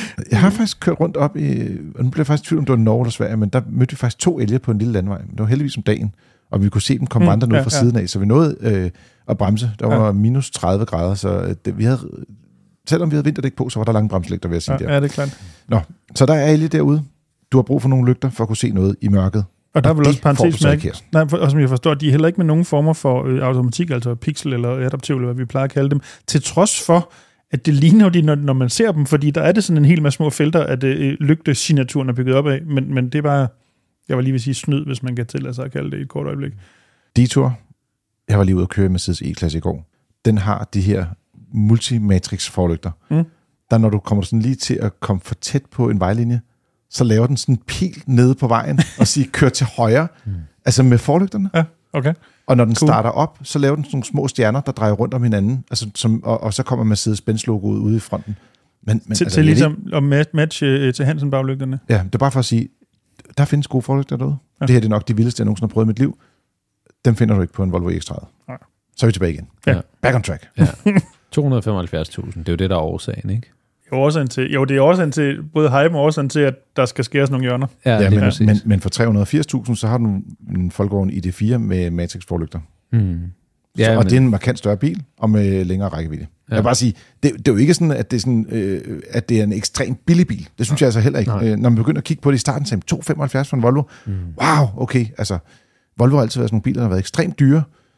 har faktisk kørt rundt op i, og nu bliver jeg faktisk tvivl om, det var Norge eller Sverige, men der mødte vi faktisk to elge på en lille landvej. Det var heldigvis om dagen, og vi kunne se dem komme mm, vandrende ud ja, fra ja. siden af, så vi nåede øh, at bremse. Der var ja. minus tredive grader, så det, vi havde, selvom vi havde vinterdæk på, så var der lange bremselægter, vil jeg sige ja, der. Ja, det er klart. Nå, så der er elge derude. Du har brug for nogle lygter for at kunne se noget i mørket. Og der er vel også parentesmærke. Nej, for, og som jeg forstår, de er heller ikke med nogen former for øh, automatik, altså pixel eller adaptiv, eller hvad vi plejer at kalde dem, til trods for, at det ligner de, når, når man ser dem, fordi der er det sådan en hel masse små felter, at øh, lygtesignaturen er bygget op af, men, men det er bare, jeg var lige ved at sige snyd, hvis man kan tillade sig at kalde det i et kort øjeblik. Detour, jeg var lige ude at køre i Mercedes E-klasse i går, den har de her multimatrix forlygter, mm. der når du kommer sådan lige til at komme for tæt på en vejlinje, så laver den sådan en pil nede på vejen, og siger, kør til højre, mm. altså med forlygterne. Ja, okay. Og når den cool. starter op, så laver den sådan nogle små stjerner, der drejer rundt om hinanden, altså, som, og, og så kommer Mercedes-Benz-logoet ude i fronten. Men, men, til, altså, til ligesom at match, match uh, til Hansen-baglygterne? Ja, det er bare for at sige, der findes gode forlygter derude. Ja. Det her det er nok de vildeste, jeg nogensinde har prøvet i mit liv. Dem finder du ikke på en Volvo E X tredive. Ja. Så er vi tilbage igen. Ja. Back on track. Ja. to hundrede og femoghalvfjerds tusind, det er jo det, der er årsagen, ikke? Jo, til, jo, det er årsagen til, både hype og årsagen til, at der skal skæres nogle hjørner. Ja, ja men, men, men for tre hundrede og firs tusind, så har du en Volkswagen I D fire med Matrix-forlygter. Hmm. Ja, så, og men... det er en markant større bil, og med længere rækkevidde. Ja. Jeg vil bare sige, det, det er jo ikke sådan, at det er, sådan, øh, at det er en ekstremt billig bil. Det synes Nej. jeg altså heller ikke. Øh, når man begynder at kigge på det i starten, så er to komma femoghalvfjerds for en Volvo. Hmm. Wow, okay. Altså, Volvo har altid været sådan nogle biler, der har været ekstremt dyre.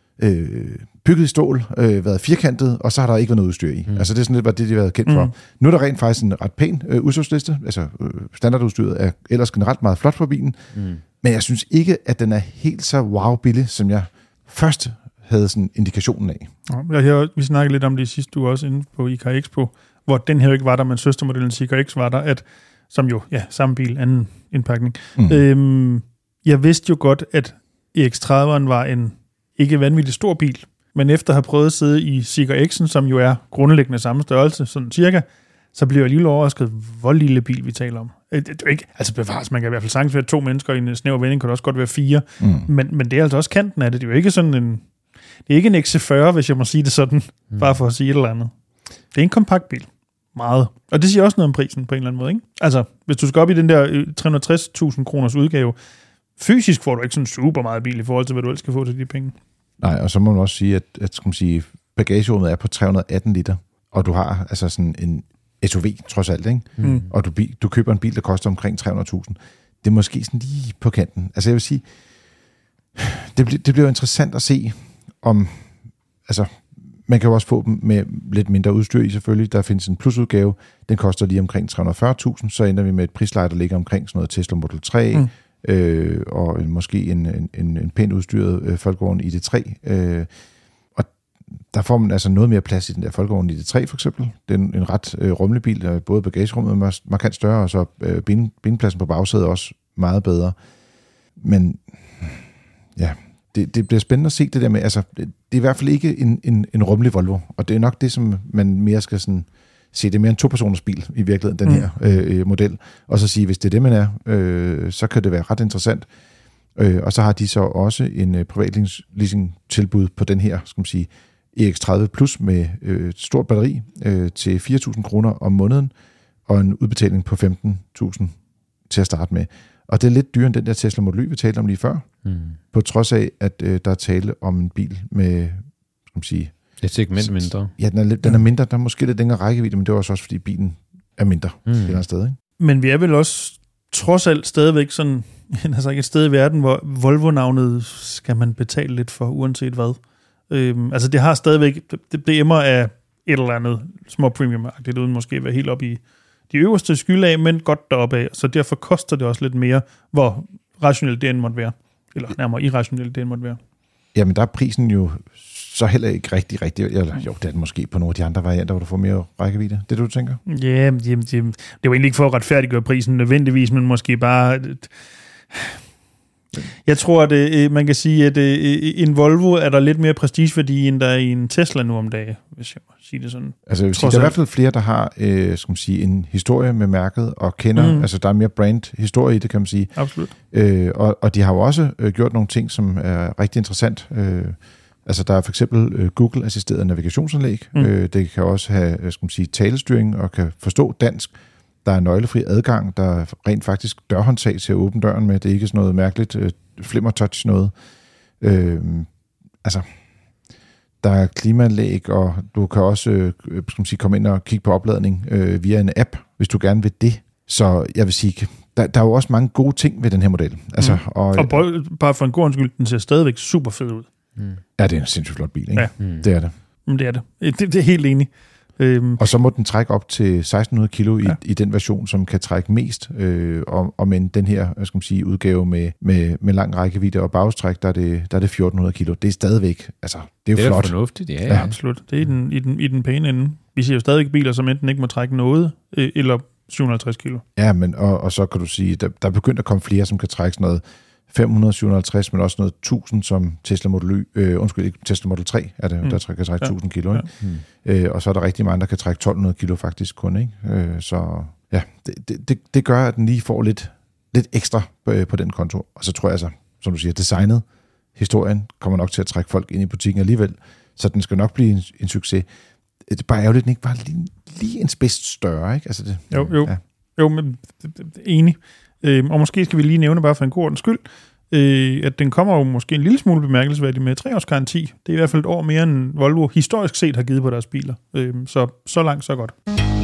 Øh, bygget i stål, øh, været firkantet, og så har der ikke været noget udstyr i. Mm. Altså det er sådan lidt, hvad det de har været kendt for. Mm. Nu er der rent faktisk en ret pæn øh, udstyrsliste, altså øh, standardudstyret er ellers generelt meget flot på bilen, mm. men jeg synes ikke, at den er helt så wow billig, som jeg først havde sådan indikationen af. Ja, jeg, vi snakkede lidt om det i sidste uge også inde på I K Expo, hvor den her ikke var der, men søstermodellen C K X var der, at, som jo, ja, samme bil, anden indpakning. Mm. Øhm, jeg vidste jo godt, at E X trediveren var en ikke vanvittig stor bil, men efter at have prøvet at sidde i C K X'en, som jo er grundlæggende samme størrelse, sådan cirka, så bliver jeg lige overrasket, hvor lille bil vi taler om. Det, det er ikke, altså bevares, man kan i hvert fald sagtens være to mennesker i en snæver vending, kan det også godt være fire, mm. men, men det er altså også kanten af det. Det er jo ikke sådan en, det er ikke en X C fyrre, hvis jeg må sige det sådan, mm. bare for at sige et eller andet. Det er en kompakt bil. Meget. Og det siger også noget om prisen på en eller anden måde, ikke? Altså, hvis du skal op i den der tre hundrede og tres tusind kroners udgave, fysisk får du ikke sådan super meget bil i forhold til, hvad du ellers skal få til de penge. Nej, og så må man også sige, at, at skal man sige, bagagerummet er på tre hundrede og atten liter, og du har altså sådan en S U V, trods alt, ikke? Mm. Og du, du køber en bil, der koster omkring tre hundrede tusind. Det er måske sådan lige på kanten. Altså jeg vil sige, det, bl- det bliver interessant at se, om, altså man kan jo også få dem med lidt mindre udstyr i selvfølgelig. Der findes en plusudgave, den koster lige omkring tre hundrede og fyrre tusind, så ender vi med et prisleje, der ligger omkring sådan noget Tesla Model tre, mm. Øh, og måske en, en, en, en pænt udstyret øh, Volkswagen I D tre. Øh, og der får man altså noget mere plads i den der Volkswagen I D tre for eksempel. Det er en, en ret øh, rummelig bil, der både bagagerummet er markant større, og så øh, ben, benpladsen på bagsædet også meget bedre. Men ja, det, det bliver spændende at se det der med, altså det, det er i hvert fald ikke en, en, en rummelig Volvo, og det er nok det, som man mere skal sådan se, det er mere en to-personers bil i virkeligheden, den her øh, model. Og så sige, hvis det er det, man er, øh, så kan det være ret interessant. Øh, og så har de så også en øh, privatleasing-tilbud på den her, skal man sige, E X tredive Plus med øh, stort batteri øh, til fire tusind kroner om måneden, og en udbetaling på femten tusind til at starte med. Og det er lidt dyrere end den der Tesla Model Y, vi talte om lige før. Mm. På trods af, at øh, der er tale om en bil med, skal man sige, et segment mindre. Ja, den er, den er mindre. Der er måske lidt længere rækkevidde, men det er også, også fordi bilen er mindre mm. et eller andet sted. Ikke? Men vi er vel også trods alt stadigvæk sådan, altså ikke et sted i verden, hvor Volvo-navnet skal man betale lidt for, uanset hvad. Øhm, altså det har stadigvæk, det, det emmer af et eller andet små premium-agtigt, uden måske at være helt op i de øverste skylag, men godt deroppe af. Så derfor koster det også lidt mere, hvor rationelt det end måtte være. Eller nærmere irrationelt det end måtte være. Jamen der er prisen jo så heller ikke rigtig, rigtig, eller jo, det er måske på nogle af de andre varianter, hvor du får mere rækkevidde. Det er det, du tænker? Ja, yeah, det, det, det var egentlig ikke for at retfærdiggøre prisen nødvendigvis, men måske bare... Jeg tror, at øh, man kan sige, at øh, en Volvo er der lidt mere prestigeværdi, end der er i en Tesla nu om dagen, hvis jeg må sige det sådan. Altså, jeg vil sige, der er i hvert fald flere, der har øh, skal man sige, en historie med mærket og kender, mm. altså der er mere brand-historie i det, kan man sige. Absolut. Øh, og, og de har jo også øh, gjort nogle ting, som er rigtig interessant. Øh, altså der er for eksempel øh, Google-assisteret navigationsanlæg. Mm. Øh, det kan også have, skal man sige, talestyring og kan forstå dansk. Der er nøglefri adgang, der er rent faktisk dørhåndtag til at åbne døren med. Det er ikke sådan noget mærkeligt øh, flimmer-touch noget. Øh, altså, der er klimaanlæg, og du kan også øh, skal man sige, komme ind og kigge på opladning øh, via en app, hvis du gerne vil det. Så jeg vil sige, der, der er jo også mange gode ting ved den her model. Altså, mm. og, og prøv, bare for en god undskyld, den ser stadigvæk super fed ud. Mm. Ja, det er en sindssygt flot bil, ikke? Ja. Mm. Det er det. Mm, det er det. Det, det er helt enig. Øhm. Og så må den trække op til seksten hundrede kilo i, ja. i den version, som kan trække mest. Øh, og, og men den her, hvad skal man sige, udgave med, med, med lang rækkevidde og bagstræk, der er det, der er det fjorten hundrede kilo. Det er stadigvæk, altså, det er jo det er flot. Det er fornuftigt, ja, ja. Ja, absolut. Det er i den, i den, i den pæne ende. Vi ser jo stadigvæk biler, som enten ikke må trække noget, øh, eller syv hundrede og halvtreds kilo. Ja, men og, og så kan du sige, der, der er begyndt at komme flere, som kan trække sådan noget fem hundrede, syv hundrede og halvtreds, men også noget tusind, som Tesla Model Y, øh, undskyld, ikke Tesla Model tre, er det, mm. der kan trække ja. tusind kilo, ikke? Ja. Mm. Øh, og så er der rigtig mange, der kan trække tolv hundrede kilo faktisk kun, ikke? Øh, så ja, det, det, det gør, at den lige får lidt, lidt ekstra på, på den konto. Og så tror jeg altså, som du siger, designet, historien, kommer nok til at trække folk ind i butikken alligevel, så den skal nok blive en, en succes. Det er bare ærgerligt, den ikke bare lige, lige en spids større, ikke? Altså det, jo, jo. Ja. Jo, men enig. Øh, og måske skal vi lige nævne bare for en god ordens skyld, øh, at den kommer jo måske en lille smule bemærkelsesværdig med tre års garanti. Det er i hvert fald et år mere, end Volvo historisk set har givet på deres biler. Øh, så så langt, så godt.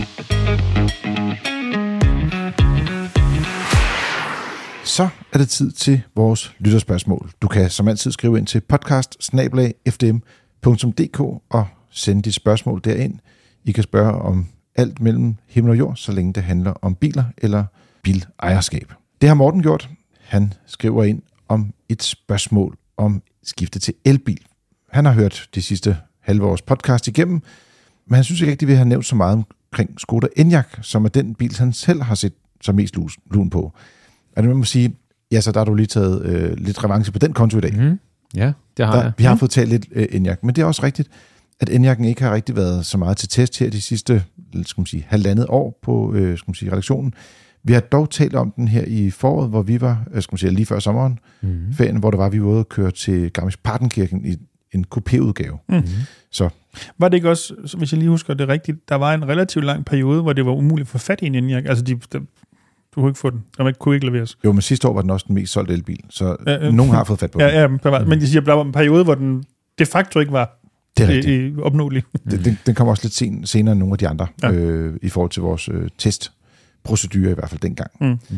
Så er det tid til vores lytterspørgsmål. Du kan som altid skrive ind til podcast snabel-a f d m punktum d k og sende dit spørgsmål derind. I kan spørge om alt mellem himmel og jord, så længe det handler om biler eller bilejerskab. Det har Morten gjort. Han skriver ind om et spørgsmål om skifte til elbil. Han har hørt de sidste halve års podcast igennem, men han synes ikke rigtig, at vi har nævnt så meget omkring Skoda Enyaq, som er den bil, han selv har set så mest lun på. Og det må man sige, ja, så der har du lige taget øh, lidt revanche på den konto i dag. Mm. Ja, det har der, jeg. Vi har fået talt lidt øh, Enyaq, men det er også rigtigt, at Enyaq'en ikke har rigtig været så meget til test her de sidste, skal man sige, halvandet år på øh, skal man sige, redaktionen. Vi har dog talt om den her i foråret, hvor vi var, skal man sige, lige før sommeren, mm-hmm. ferien, hvor der var, vi var ude og køre til Garmisch-Partenkirchen i en coupé-udgave. Mm-hmm. Så. Var det ikke også, hvis jeg lige husker det rigtigt, der var en relativt lang periode, hvor det var umuligt at få fat i en Enyaq? Altså, de, de, du kunne ikke få den. Der kunne ikke leveres. Jo, men sidste år var den også den mest solgte elbil, så ja, øh, nogen har fået fat på ja, den. Ja, der var, men jeg siger, der var en periode, hvor den de facto ikke var det er rigtigt. opnåelig. Den, den, den kommer også lidt sen, senere end nogle af de andre, ja. øh, i forhold til vores øh, test. Procedure i hvert fald dengang. Mm. Mm.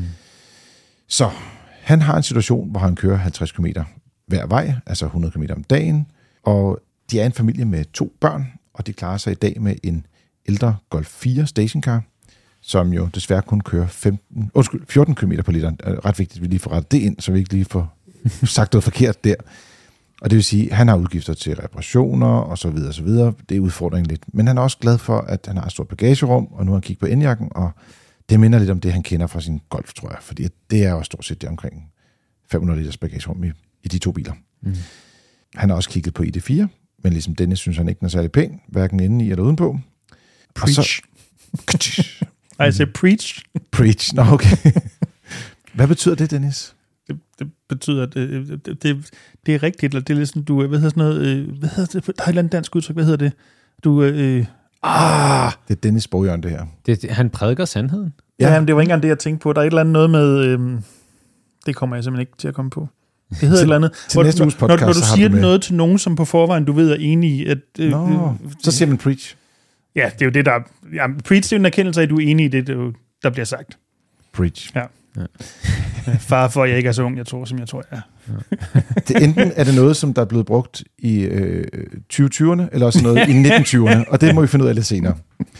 Så han har en situation, hvor han kører halvtreds kilometer hver vej, altså hundrede kilometer om dagen, og de er en familie med to børn, og de klarer sig i dag med en ældre Golf fire stationcar, som jo desværre kun kører femten, undskyld, fjorten kilometer på literen. Det er ret vigtigt, at vi lige får rettet det ind, så vi ikke lige får sagt noget forkert der. Og det vil sige, at han har udgifter til reparationer og så videre og så videre. Det er udfordringen lidt. Men han er også glad for, at han har et stort bagagerum, og nu har han kigget på Enyaq'en, og det minder lidt om det, han kender fra sin Golf, tror jeg. Fordi det er jo stort set det omkring fem hundrede liters bagagerum i, i de to biler. Mm. Han har også kigget på I D fire, men ligesom Dennis synes han ikke, den er særlig pæn, hverken inde i eller udenpå. Preach. Så... I say preach. Preach, nå okay. Hvad betyder det, Dennis? Det, det betyder, at det, det, det er rigtigt, eller det er ligesom, du, hvad hedder sådan noget, hvad hedder det, der er et eller andet dansk udtryk, hvad hedder det? Du, øh, ah, det er Dennis Bogjørn, det her. Det, han prædiker sandheden. Ja, ja, men det var ikke engang det, jeg tænkte på. Der er et eller andet noget med, øh, det kommer jeg simpelthen ikke til at komme på. Det hedder et eller andet. Til næste uges podcast, når, når du siger du noget til nogen, som på forvejen, du ved, er enig i, at... Øh, Nå, øh, så siger man preach. Ja, det er jo det, der... Ja, preach, det er en erkendelse af, at du er enig i det, der bliver sagt. Preach. Ja. Ja. Far for, at jeg ikke er så ung, jeg tror, som jeg tror, jeg er. Ja. Det, enten er det noget, som der er blevet brugt i øh, tyve tyverne, eller også noget i nitten tyverne, og det må vi finde ud af lidt senere.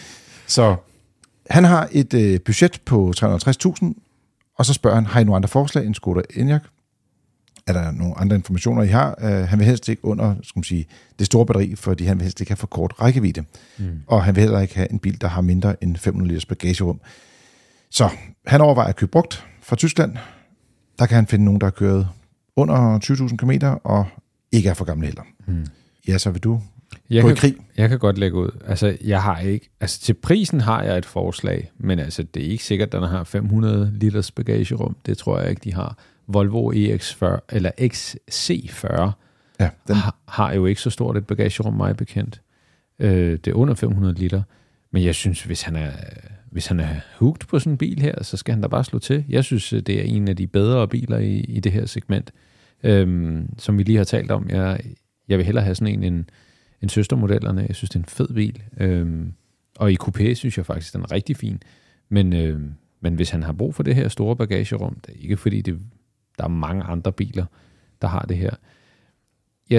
Så han har et øh, budget på tre hundrede og halvtreds tusind, og så spørger han, har I nogle andre forslag end Skoda Enyaq? Er der nogle andre informationer, I har? Uh, han vil helst ikke under, skal man sige, det store batteri, fordi han vil helst ikke have for kort rækkevidde. Mm. Og han vil heller ikke have en bil, der har mindre end fem hundrede liters bagagerum. Så han overvejer at købe brugt fra Tyskland. Der kan han finde nogen, der har kørt under tyve tusind kilometer, og ikke er for gamle heller. Mm. Ja, så vil du jeg gå kan, i krig? Jeg kan godt lægge ud. Altså, jeg har ikke... Altså, til prisen har jeg et forslag, men altså, det er ikke sikkert, at den har fem hundrede liters bagagerum. Det tror jeg ikke, de har. Volvo E X fyrre, eller X C fyrre, ja, den... har, har jo ikke så stort et bagagerum, mig bekendt. Øh, det er under fem hundrede liter. Men jeg synes, hvis han er, hvis han er hooked på sådan en bil her, så skal han da bare slå til. Jeg synes, det er en af de bedre biler i, i det her segment, øhm, som vi lige har talt om. Jeg, jeg vil hellere have sådan en end, end søstermodellerne. Jeg synes, det er en fed bil. Øhm, og i coupé synes jeg faktisk, den er rigtig fin. Men, øhm, men hvis han har brug for det her store bagagerum, det er ikke fordi, det, der er mange andre biler, der har det her. Jeg,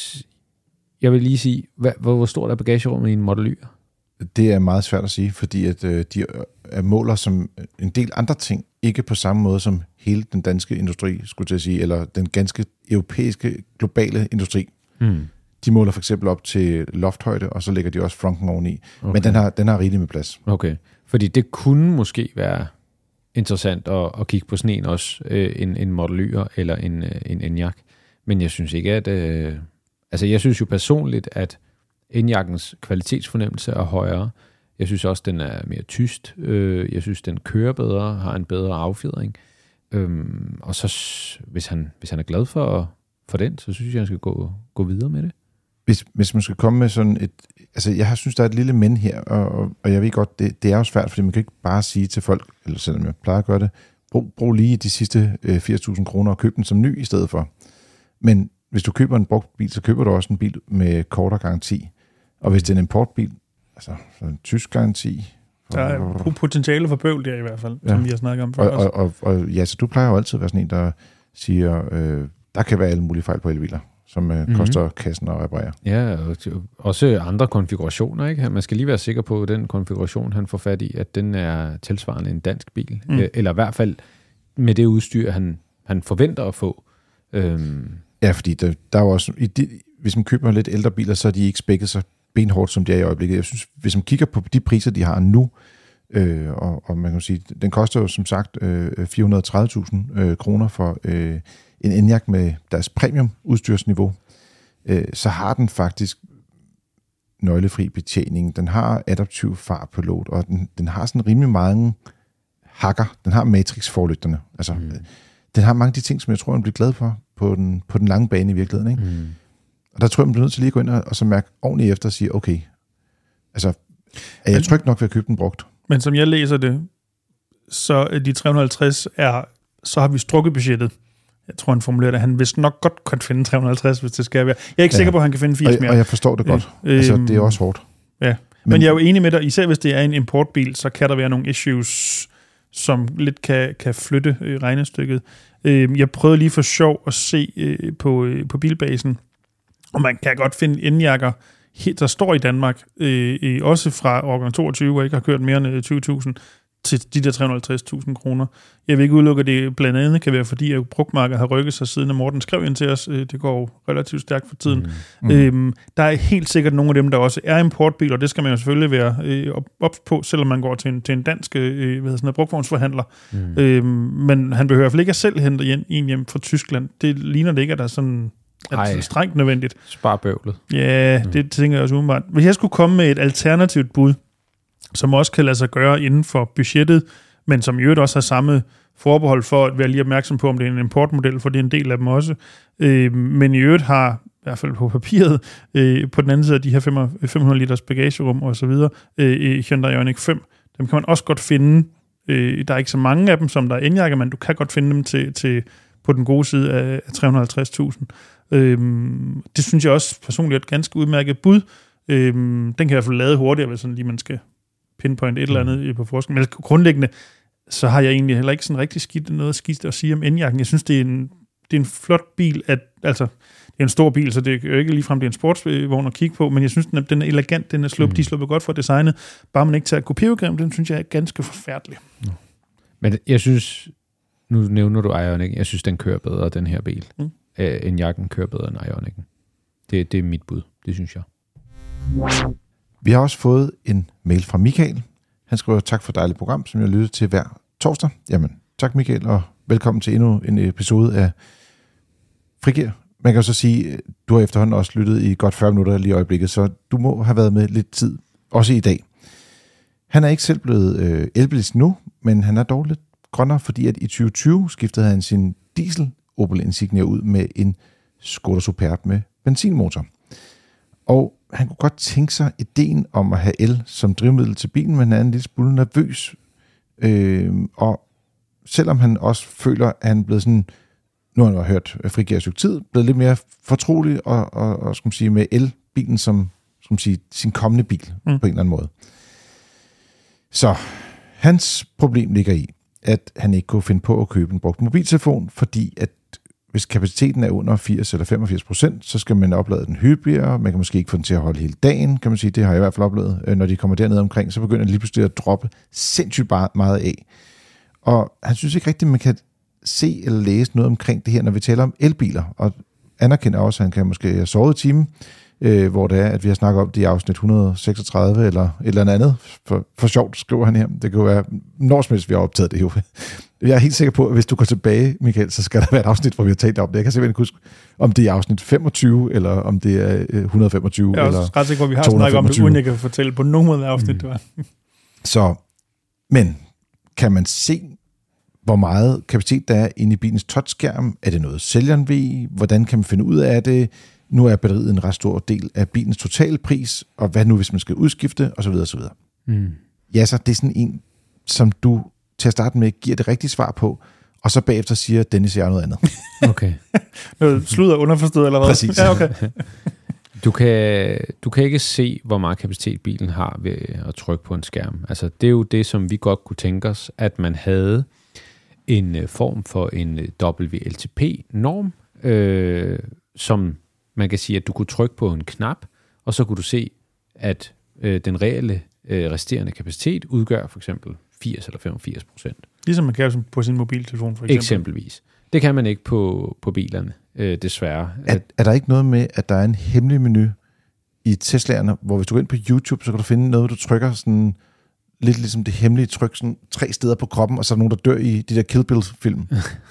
jeg vil lige sige, hvad, hvor stort er bagagerummet i en Model Y? Det er meget svært at sige, fordi at, øh, de er måler som en del andre ting, ikke på samme måde som hele den danske industri, skulle jeg sige, eller den ganske europæiske, globale industri. Mm. De måler for eksempel op til lofthøjde, og så lægger de også fronten oveni. Okay. Men den har, den har rigeligt med plads. Okay, fordi det kunne måske være interessant at, at kigge på sådan en også, øh, en, en Model Y'er eller en, en Enyaq. Men jeg synes ikke, at... Øh, altså, jeg synes jo personligt, at Enyaqens kvalitetsfornemmelse er højere. Jeg synes også, den er mere tyst. Øh, jeg synes, den kører bedre, har en bedre affjedring. Øhm, og så, hvis han, hvis han er glad for, for den, så synes jeg, han skal gå, gå videre med det. Hvis, hvis man skal komme med sådan et... Altså, jeg synes, der er et lille men her, og, og jeg ved godt, det, det er jo svært, fordi man kan ikke bare sige til folk, eller selvom jeg plejer at gøre det, brug, brug lige de sidste øh, firs tusind kroner og køb den som ny i stedet for. Men hvis du køber en brugt bil, så køber du også en bil med kortere garanti. Og hvis det er en importbil, altså en tysk garanti... Der er potentiale for bøvl der i hvert fald, ja. Som vi har snakket om før. Og, og, og, og ja, så du plejer jo altid at være sådan en, der siger, øh, der kan være alle mulige fejl på elbiler, som øh, mm-hmm. koster kassen at reparere. Ja, og også andre konfigurationer, ikke? Man skal lige være sikker på, at den konfiguration, han får fat i, at den er tilsvarende en dansk bil. Mm. Eller i hvert fald med det udstyr, han, han forventer at få. Øhm. Ja, fordi der, der er jo også... I de, hvis man køber lidt ældre biler, så er de ikke spækket så benhårdt, som de er i øjeblikket. Jeg synes, hvis man kigger på de priser, de har nu, øh, og, og man kan sige, den koster jo som sagt øh, fire hundrede og tredive tusind øh, kroner for øh, en Enyaq med deres premium udstyrsniveau, øh, så har den faktisk nøglefri betjening. Den har adaptiv fartpilot, og den, den har sådan rimelig mange hakker. Den har matrix-forlygterne. Altså, mm. den har mange af de ting, som jeg tror, man bliver glad for på den, på den lange bane i virkeligheden, ikke? Mm. Og der tror jeg, man bliver nødt til lige at gå ind og, og så mærke ordentligt efter og sige, okay, altså, er jeg tryg nok ved at købe den brugt? Men som jeg læser det, så de tre hundrede og halvtreds er, så har vi strukket budgettet. Jeg tror, han formulerer det, at han vist nok godt kan finde tre hundrede og halvtreds, hvis det skal være. Jeg er ikke ja. sikker på, at han kan finde firs og, mere. Og jeg forstår det godt. Øh, altså, det er også hårdt. Ja, men, men jeg er jo enig med dig, især hvis det er en importbil, så kan der være nogle issues, som lidt kan, kan flytte øh, regnestykket. Øh, jeg prøvede lige for sjov at se øh, på, øh, på bilbasen, og man kan godt finde Enyaq'er, der står i Danmark, øh, også fra årgang toogtyve, og ikke har kørt mere end tyve tusind, til de der tre hundrede og halvtreds tusind kroner. Jeg vil ikke udelukke, at det blandt andet kan være, fordi at brugtmarkedet har rykket sig siden, at Morten skrev ind til os. Det går jo relativt stærkt for tiden. Mm. Øhm, der er helt sikkert nogle af dem, der også er importbiler, og det skal man jo selvfølgelig være øh, ops på, selvom man går til en, til en dansk øh, hvad hedder, brugtvognsforhandler. Mm. Øhm, men han behøver i hvert fald ikke at selv hente en, en hjem fra Tyskland. Det ligner det ikke, at der er sådan... er strengt nødvendigt. Spar bøvlet. Ja, det mm. tænker jeg også umiddelbart. Hvis jeg skulle komme med et alternativt bud, som også kan lade sig gøre inden for budgettet, men som i øvrigt også har samme forbehold for at være lige opmærksom på, om det er en importmodel, for det er en del af dem også. Øh, men i øvrigt har, i hvert fald på papiret, øh, på den anden side af de her fem hundrede liters bagagerum og så videre, øh, Hyundai Ioniq fem, dem kan man også godt finde. Øh, der er ikke så mange af dem, som der er Enyaq'er, men du kan godt finde dem til, til på den gode side af tre hundrede og halvtreds tusind. Øhm, det synes jeg også personligt er et ganske udmærket bud. Øhm, den kan i hvert fald lade hurtigere, hvis sådan lige man skal pinpoint et eller andet på forskning. Men grundlæggende, så har jeg egentlig heller ikke sådan rigtig skidt noget skidt at sige om Enyaq'en. Jeg synes, det er en, det er en flot bil. At, altså, det er en stor bil, så det er jo ikke ligefrem det er en sportsvogn at kigge på, men jeg synes, den er, den er elegant, den er sluppet, mm. de er sluppet godt for designet. Bare man ikke tager kopierprogram, den synes jeg er ganske forfærdelig. Mm. Men jeg synes, nu nævner du Ioniq, jeg synes, den kører bedre, den her bil. Mm. Enyaq'en kører bedre end Ioniq'en. Det, det er mit bud, det synes jeg. Vi har også fået en mail fra Michael. Han skriver, tak for et dejligt program, som jeg lytter til hver torsdag. Jamen, tak Michael, og velkommen til endnu en episode af Frigir. Man kan jo så sige, du har efterhånden også lyttet i godt fyrre minutter lige i øjeblikket, så du må have været med lidt tid, også i dag. Han er ikke selv blevet øh, elbilist nu, men han er dog lidt grønnere, fordi at i tyve tyve skiftede han sin diesel Opel Insignia ud med en Skoda Superb med benzinmotor. Og han kunne godt tænke sig ideen om at have el som drivmiddel til bilen, men han er en lille smule nervøs. Øh, og selvom han også føler, at han er blevet sådan, nu har han jo hørt Frigir stykke tid, blevet lidt mere fortrolig og, og, og skal man sige, med elbilen som skal man sige, sin kommende bil mm. på en eller anden måde. Så hans problem ligger i, at han ikke kunne finde på at købe en brugt mobiltelefon, fordi at hvis kapaciteten er under firs eller femogfirs procent, så skal man oplade den hyppigere. Man kan måske ikke få den til at holde hele dagen, kan man sige. Det har jeg i hvert fald oplevet. Når de kommer dernede omkring, så begynder den lige pludselig at droppe sindssygt meget af. Og han synes ikke rigtigt, at man kan se eller læse noget omkring det her, når vi taler om elbiler. Og anerkender også, at han kan måske have sovet i timen, øh, hvor det er, at vi har snakket om det i afsnit et hundrede og seksogtredive eller et eller andet. For, for sjovt skriver han her. Det kan jo være, når som helst vi har optaget det jo. Jeg er helt sikker på, at hvis du går tilbage, Michael, så skal der være et afsnit, hvor vi har talt om det. Jeg kan simpelthen ikke huske, om det er afsnit femogtyve, eller om det er et hundrede og femogtyve, jeg er eller også ret sikker på, at vi har snakket om det, uden jeg kan fortælle på nogen måde afsnit, mm. det var. Så, men kan man se, hvor meget kapacitet der er inde i bilens touchskærm? Er det noget, sælgeren ved? Hvordan kan man finde ud af det? Nu er batteriet en ret stor del af bilens totalpris, og hvad nu, hvis man skal udskifte, osv. osv. Mm. Ja, så det er sådan en, som du til at starte med giver det rigtige svar på, og så bagefter siger, at Dennis er noget andet. Okay. Noget sludder underforstået, eller hvad? Præcis. Ja, okay. Du kan, du kan ikke se, hvor meget kapacitet bilen har ved at trykke på en skærm. Altså, det er jo det, som vi godt kunne tænke os, at man havde en form for en W L T P-norm, øh, som man kan sige, at du kunne trykke på en knap, og så kunne du se, at øh, den reelle øh, resterende kapacitet udgør for eksempel firs eller femogfirs procent. Ligesom man kan på sin mobiltelefon, for eksempel. Eksempelvis. Det kan man ikke på, på bilerne, øh, desværre. Er, er der ikke noget med, at der er en hemmelig menu i Teslaerne, hvor hvis du går ind på YouTube, så kan du finde noget, du trykker sådan lidt ligesom det hemmelige tryk, sådan tre steder på kroppen, og så er der nogen, der dør i de der Kill Bill-film.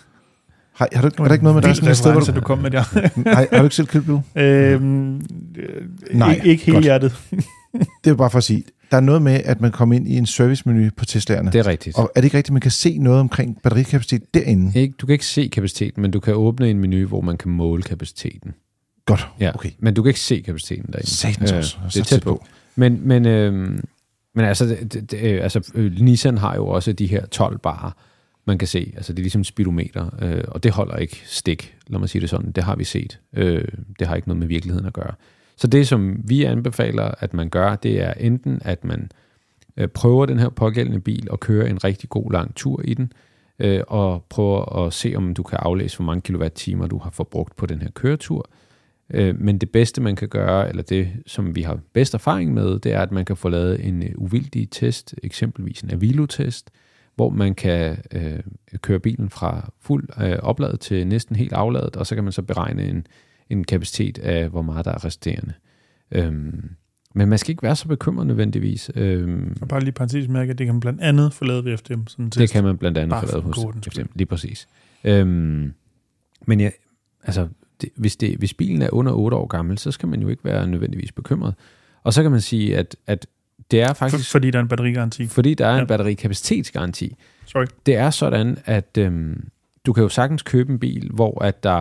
Har, har du, er der ikke noget med, der er sådan et sted, hvor du... du kom med der. har, har du ikke selv Kill Bill? Øhm, Nej, ikke, ikke hele hjertet. Det er bare for at sige, der er noget med, at man kommer ind i en servicemenu på Teslaerne. Det er rigtigt. Og er det ikke rigtigt, at man kan se noget omkring batterikapacitet derinde? Ikke, du kan ikke se kapaciteten, men du kan åbne en menu, hvor man kan måle kapaciteten. Godt, ja, okay. Men du kan ikke se kapaciteten derinde. Satans også. Øh, det er tæt på. Men, men, øh, men altså, det, det, altså, Nissan har jo også de her tolv barer, man kan se. Altså, det er ligesom speedometer, øh, og det holder ikke stik, lad mig sige det sådan. Det har vi set. Øh, det har ikke noget med virkeligheden at gøre. Så det, som vi anbefaler, at man gør, det er enten, at man øh, prøver den her pågældende bil og kører en rigtig god lang tur i den, øh, og prøver at se, om du kan aflæse, hvor mange kilowatt-timer du har forbrugt på den her køretur. Øh, men det bedste, man kan gøre, eller det, som vi har bedst erfaring med, det er, at man kan få lavet en uvildig test, eksempelvis en Avilo-test, hvor man kan øh, køre bilen fra fuld øh, opladet til næsten helt afladet, og så kan man så beregne en en kapacitet af, hvor meget der er resterende. Øhm, men man skal ikke være så bekymret nødvendigvis. Øhm, og bare lige parentes mærke, at det kan man blandt andet få lavet ved F D M. Sådan det kan man blandt andet få lavet hos F D M, lige præcis. Øhm, men ja, altså, det, hvis, det, hvis bilen er under otte år gammel, så skal man jo ikke være nødvendigvis bekymret. Og så kan man sige, at, at det er faktisk... For, fordi der er en batterigaranti. Fordi der er en ja. batterikapacitetsgaranti. Sorry. Det er sådan, at øhm, du kan jo sagtens købe en bil, hvor at der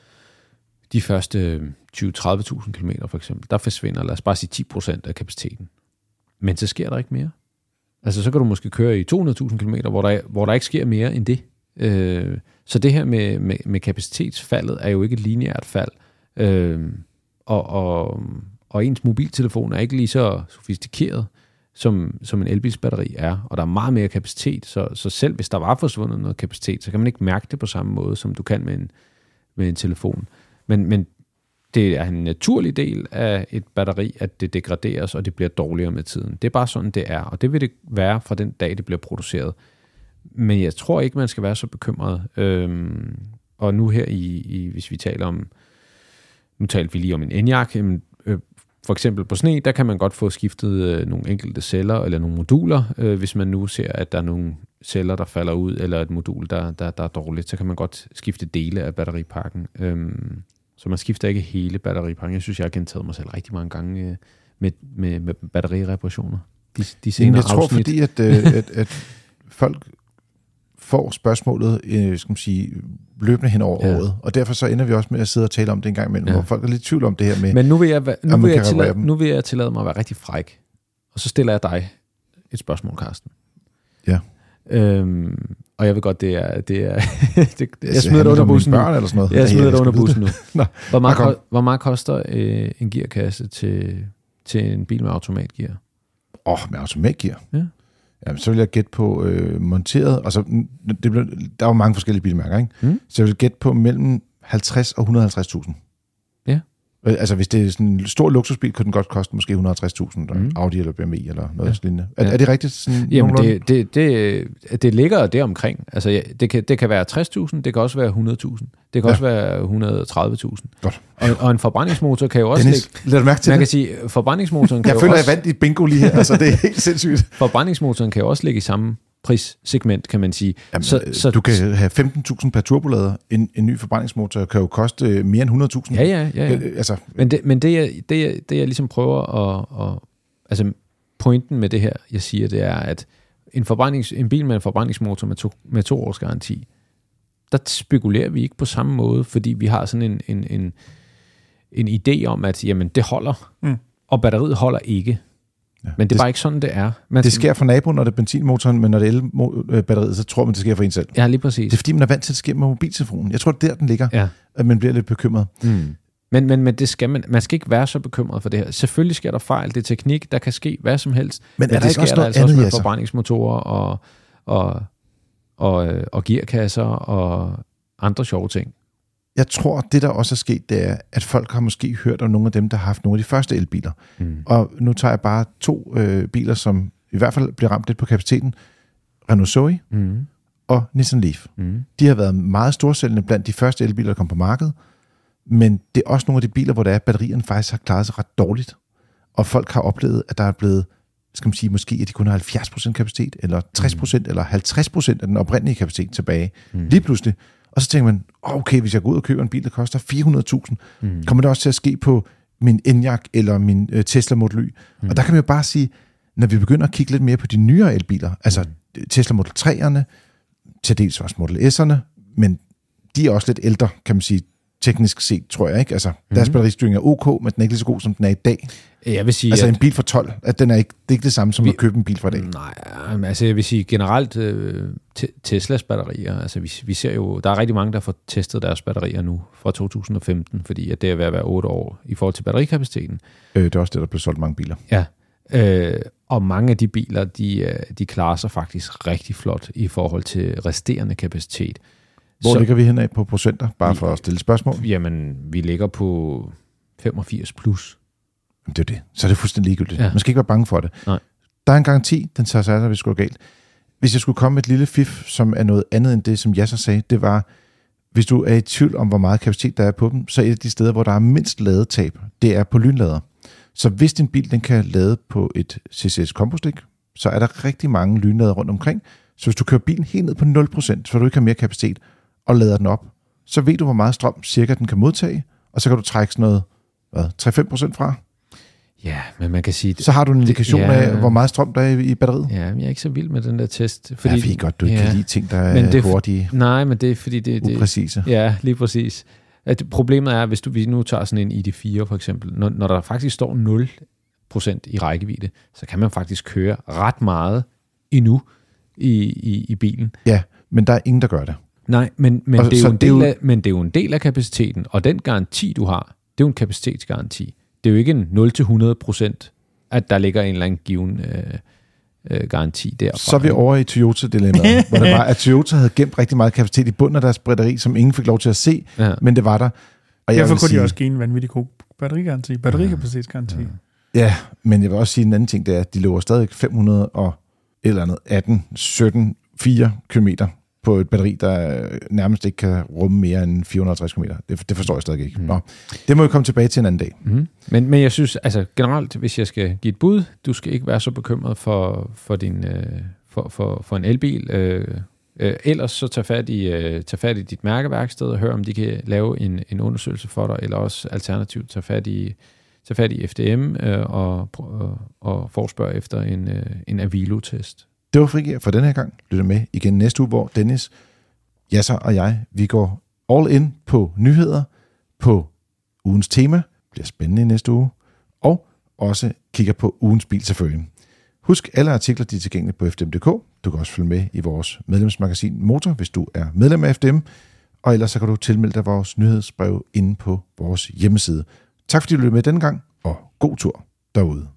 de første tyve til tredive tusind kilometer for eksempel, der forsvinder, lad os bare sige ti procent af kapaciteten. Men så sker der ikke mere. Altså så kan du måske køre i to hundrede tusind kilometer, hvor der, hvor der ikke sker mere end det. Øh, så det her med, med, med kapacitetsfaldet er jo ikke et lineært fald. Øh, og, og, og ens mobiltelefon er ikke lige så sofistikeret, som, som en elbilsbatteri er. Og der er meget mere kapacitet, så, så selv hvis der var forsvundet noget kapacitet, så kan man ikke mærke det på samme måde, som du kan med en, med en telefon. Men, men det er en naturlig del af et batteri, at det degraderes, og det bliver dårligere med tiden. Det er bare sådan, det er, og det vil det være fra den dag, det bliver produceret. Men jeg tror ikke, man skal være så bekymret. Øhm, og nu her, i, i, hvis vi taler om, nu talte vi lige om en Enyaq, øh, for eksempel på sne, der kan man godt få skiftet øh, nogle enkelte celler, eller nogle moduler, øh, hvis man nu ser, at der er nogle celler, der falder ud, eller et modul, der, der, der er dårligt, så kan man godt skifte dele af batteripakken. Øhm, så man skifter ikke hele batteripakken. Jeg synes, jeg har gentaget mig selv rigtig mange gange øh, med, med, med batterireparationer. De, de senere jeg tror, afsnit. fordi at, øh, at, at folk får spørgsmålet, øh, skal man sige, løbende hen over ja. året. Og derfor så ender vi også med at sidde og tale om det en gang imellem, ja. hvor folk er lidt i tvivl om det her med... Men nu vil jeg, nu vil jeg, tillade, nu vil jeg tillade mig at være rigtig fræk. Og så stiller jeg dig et spørgsmål, Carsten. Ja. Øhm, og jeg ved godt, det er... Det er det, det, jeg smider det under bussen nu. Eller sådan noget. Jeg smider ja, det under bussen nu. Hvor meget, ko- hvor meget koster øh, en gearkasse til, til en bil med automatgear? Åh, oh, med automatgear? Ja. Jamen, så vil jeg gætte på øh, monteret, og så, det blev, der er jo mange forskellige bilmærker, ikke? Mm. Så jeg vil gætte på mellem halvtreds og et hundrede og halvtreds tusind. Ja. Altså, hvis det er sådan en stor luksusbil, kunne den godt koste måske et hundrede og halvtreds tusind, mm. Audi eller B M W eller noget ja. lignende. Er, ja. er det rigtigt? Sådan Jamen, det, det, det, det ligger der omkring. Altså, ja, det, kan, det kan være tres tusind, det kan også være hundrede tusind, det kan ja. også være et hundrede og tredive tusind. Godt. Og, og en forbrændingsmotor kan jo også Dennis, ligge... lad dig mærke til man det. kan sige, forbrændingsmotoren kan jeg jo føler, også... jeg vandt i bingo lige her, altså det er helt sindssygt. Forbrændingsmotoren kan jo også ligge i samme prissegment, kan man sige. Jamen, så, så, du kan have femten tusind per turbolader. En, en ny forbrændingsmotor kan jo koste mere end hundrede tusind. Ja, ja, ja. ja. Altså, men det, men det, jeg, det, jeg, det, jeg ligesom prøver at... at altså, pointen med det her, jeg siger, det er, at en, forbrændings, en bil med en forbrændingsmotor med to, med to års garanti, der spekulerer vi ikke på samme måde, fordi vi har sådan en, en, en, en idé om, at jamen, det holder, mm. og batteriet holder ikke. Ja, men det er det, bare ikke sådan, det er. Man, det sker for naboen, når det er benzinmotoren, men når det er elbatteriet, så tror man, det sker for en selv. Ja, lige præcis. Det er fordi, man er vant til, at det sker med mobiltelefonen. Jeg tror, det er der, den ligger, ja. at man bliver lidt bekymret. Mm. Men, men, men det skal man, man skal ikke være så bekymret for det her. Selvfølgelig sker der fejl, det er teknik, der kan ske hvad som helst. Men, men er det sker også der altså også med altså? forbrændingsmotorer og, og, og, og gearkasser og andre sjove ting. Jeg tror, det der også er sket, det er, at folk har måske hørt om nogle af dem, der har haft nogle af de første elbiler. Mm. Og nu tager jeg bare to øh, biler, som i hvert fald bliver ramt lidt på kapaciteten. Renault Zoe mm. og Nissan Leaf. Mm. De har været meget storsælgende blandt de første elbiler, der kom på markedet. Men det er også nogle af de biler, hvor der er, batterierne faktisk har klaret sig ret dårligt. Og folk har oplevet, at der er blevet, skal man sige, måske at de kun har halvfjerds procent kapacitet, eller tres procent, mm. eller halvtreds procent af den oprindelige kapacitet tilbage. Mm. Lige pludselig. Og så tænker man, okay, hvis jeg går ud og køber en bil, der koster fire hundrede tusind, mm. kommer det også til at ske på min Enyaq eller min uh, Tesla Model Y. Mm. Og der kan man jo bare sige, når vi begynder at kigge lidt mere på de nyere elbiler, altså mm. Tesla Model tre'erne, til dels også Model S'erne, men de er også lidt ældre, kan man sige, teknisk set, tror jeg ikke. Altså, mm. deres batteristyring er ok, men den er ikke lige så god, som den er i dag. Jeg vil sige, altså at en bil fra tolv, at den er ikke, det er ikke det samme som vi, at købe en bil fra i dag. Nej, altså jeg vil sige generelt øh, Teslas batterier, altså vi, vi ser jo, der er rigtig mange, der får testet deres batterier nu fra to tusind og femten, fordi at det er ved at være otte år i forhold til batterikapaciteten. Øh, det er også det, der bliver solgt mange biler. Ja, øh, og mange af de biler, de, de klarer sig faktisk rigtig flot i forhold til resterende kapacitet. Hvor så, ligger vi henad på procenter, bare for at stille spørgsmål? Jamen, vi ligger på femogfirs plus. Det er det. Så er det fuldstændig ligegyldigt. Ja. Man skal ikke være bange for det. Nej. Der er en garanti, den tager sig af, hvis det går galt. Hvis jeg skulle komme med et lille fif, som er noget andet end det, som jeg så sagde, det var, hvis du er i tvivl om, hvor meget kapacitet der er på dem, så er et af de steder, hvor der er mindst ladetab, det er på lynlader. Så hvis din bil den kan lade på et C C S kompostdæk, så er der rigtig mange lynlader rundt omkring. Så hvis du kører bilen helt ned på nul procent, så du ikke har mere kapacitet, og lader den op, så ved du, hvor meget strøm cirka den kan modtage, og så kan du trække sådan noget, hvad, tre til fem procent fra. Ja, men man kan sige... Så har du en indikation ja, af, hvor meget strøm der er i batteriet. Ja, men jeg er ikke så vild med den der test. Fordi, jeg ved godt, du ikke ja, kan lide ting, der men er det, hurtige. Nej, men det er fordi... Det, det upræcise. Ja, lige præcis. At problemet er, hvis du vi nu tager sådan en I D fire for eksempel, når, når der faktisk står nul procent i rækkevidde, så kan man faktisk køre ret meget endnu i, i, i bilen. Ja, men der er ingen, der gør det. Nej, men, men, og det er jo en del jo... af, men det er jo en del af kapaciteten, og den garanti, du har, det er jo en kapacitetsgaranti. Det er jo ikke en nul til hundrede procent, at der ligger en eller anden given øh, øh, garanti derfra. Så er vi over i Toyota-dilemmaet, hvor det var, at Toyota havde gemt rigtig meget kapacitet i bunden af deres batteri, som ingen fik lov til at se, ja. Men det var der. Og derfor kunne sige, de også give en vanvittig god batterigaranti, batterikapacitetsgaranti. Ja. ja, men jeg vil også sige en anden ting, det er, at de løber stadig fem hundrede og et eller andet, atten, sytten, fire kilometer på et batteri, der nærmest ikke kan rumme mere end fire hundrede og halvtreds kilometer. Det, det forstår jeg stadig ikke. Mm. Nå, det må vi komme tilbage til en anden dag. Mm. Men, men jeg synes, altså generelt, hvis jeg skal give et bud, du skal ikke være så bekymret for, for, din, øh, for, for, for en elbil. Øh, øh, ellers så tag fat, i, øh, tag fat i dit mærkeværksted og hør, om de kan lave en, en undersøgelse for dig, eller også alternativt tag fat i, tag fat i F D M øh, og, og, og forspørg efter en, øh, en Avilo-test. Det var Frigir for denne her gang. Lyt med igen næste uge, hvor Dennis, Yasser og jeg, vi går all in på nyheder, på ugens tema. Det bliver spændende i næste uge. Og også kigger på ugens bil selvfølgelig. Husk, alle artikler de er tilgængelige på F D M punktum d k. Du kan også følge med i vores medlemsmagasin Motor, hvis du er medlem af F D M. Og ellers så kan du tilmelde dig vores nyhedsbrev inde på vores hjemmeside. Tak fordi du lyttede med denne gang, og god tur derude.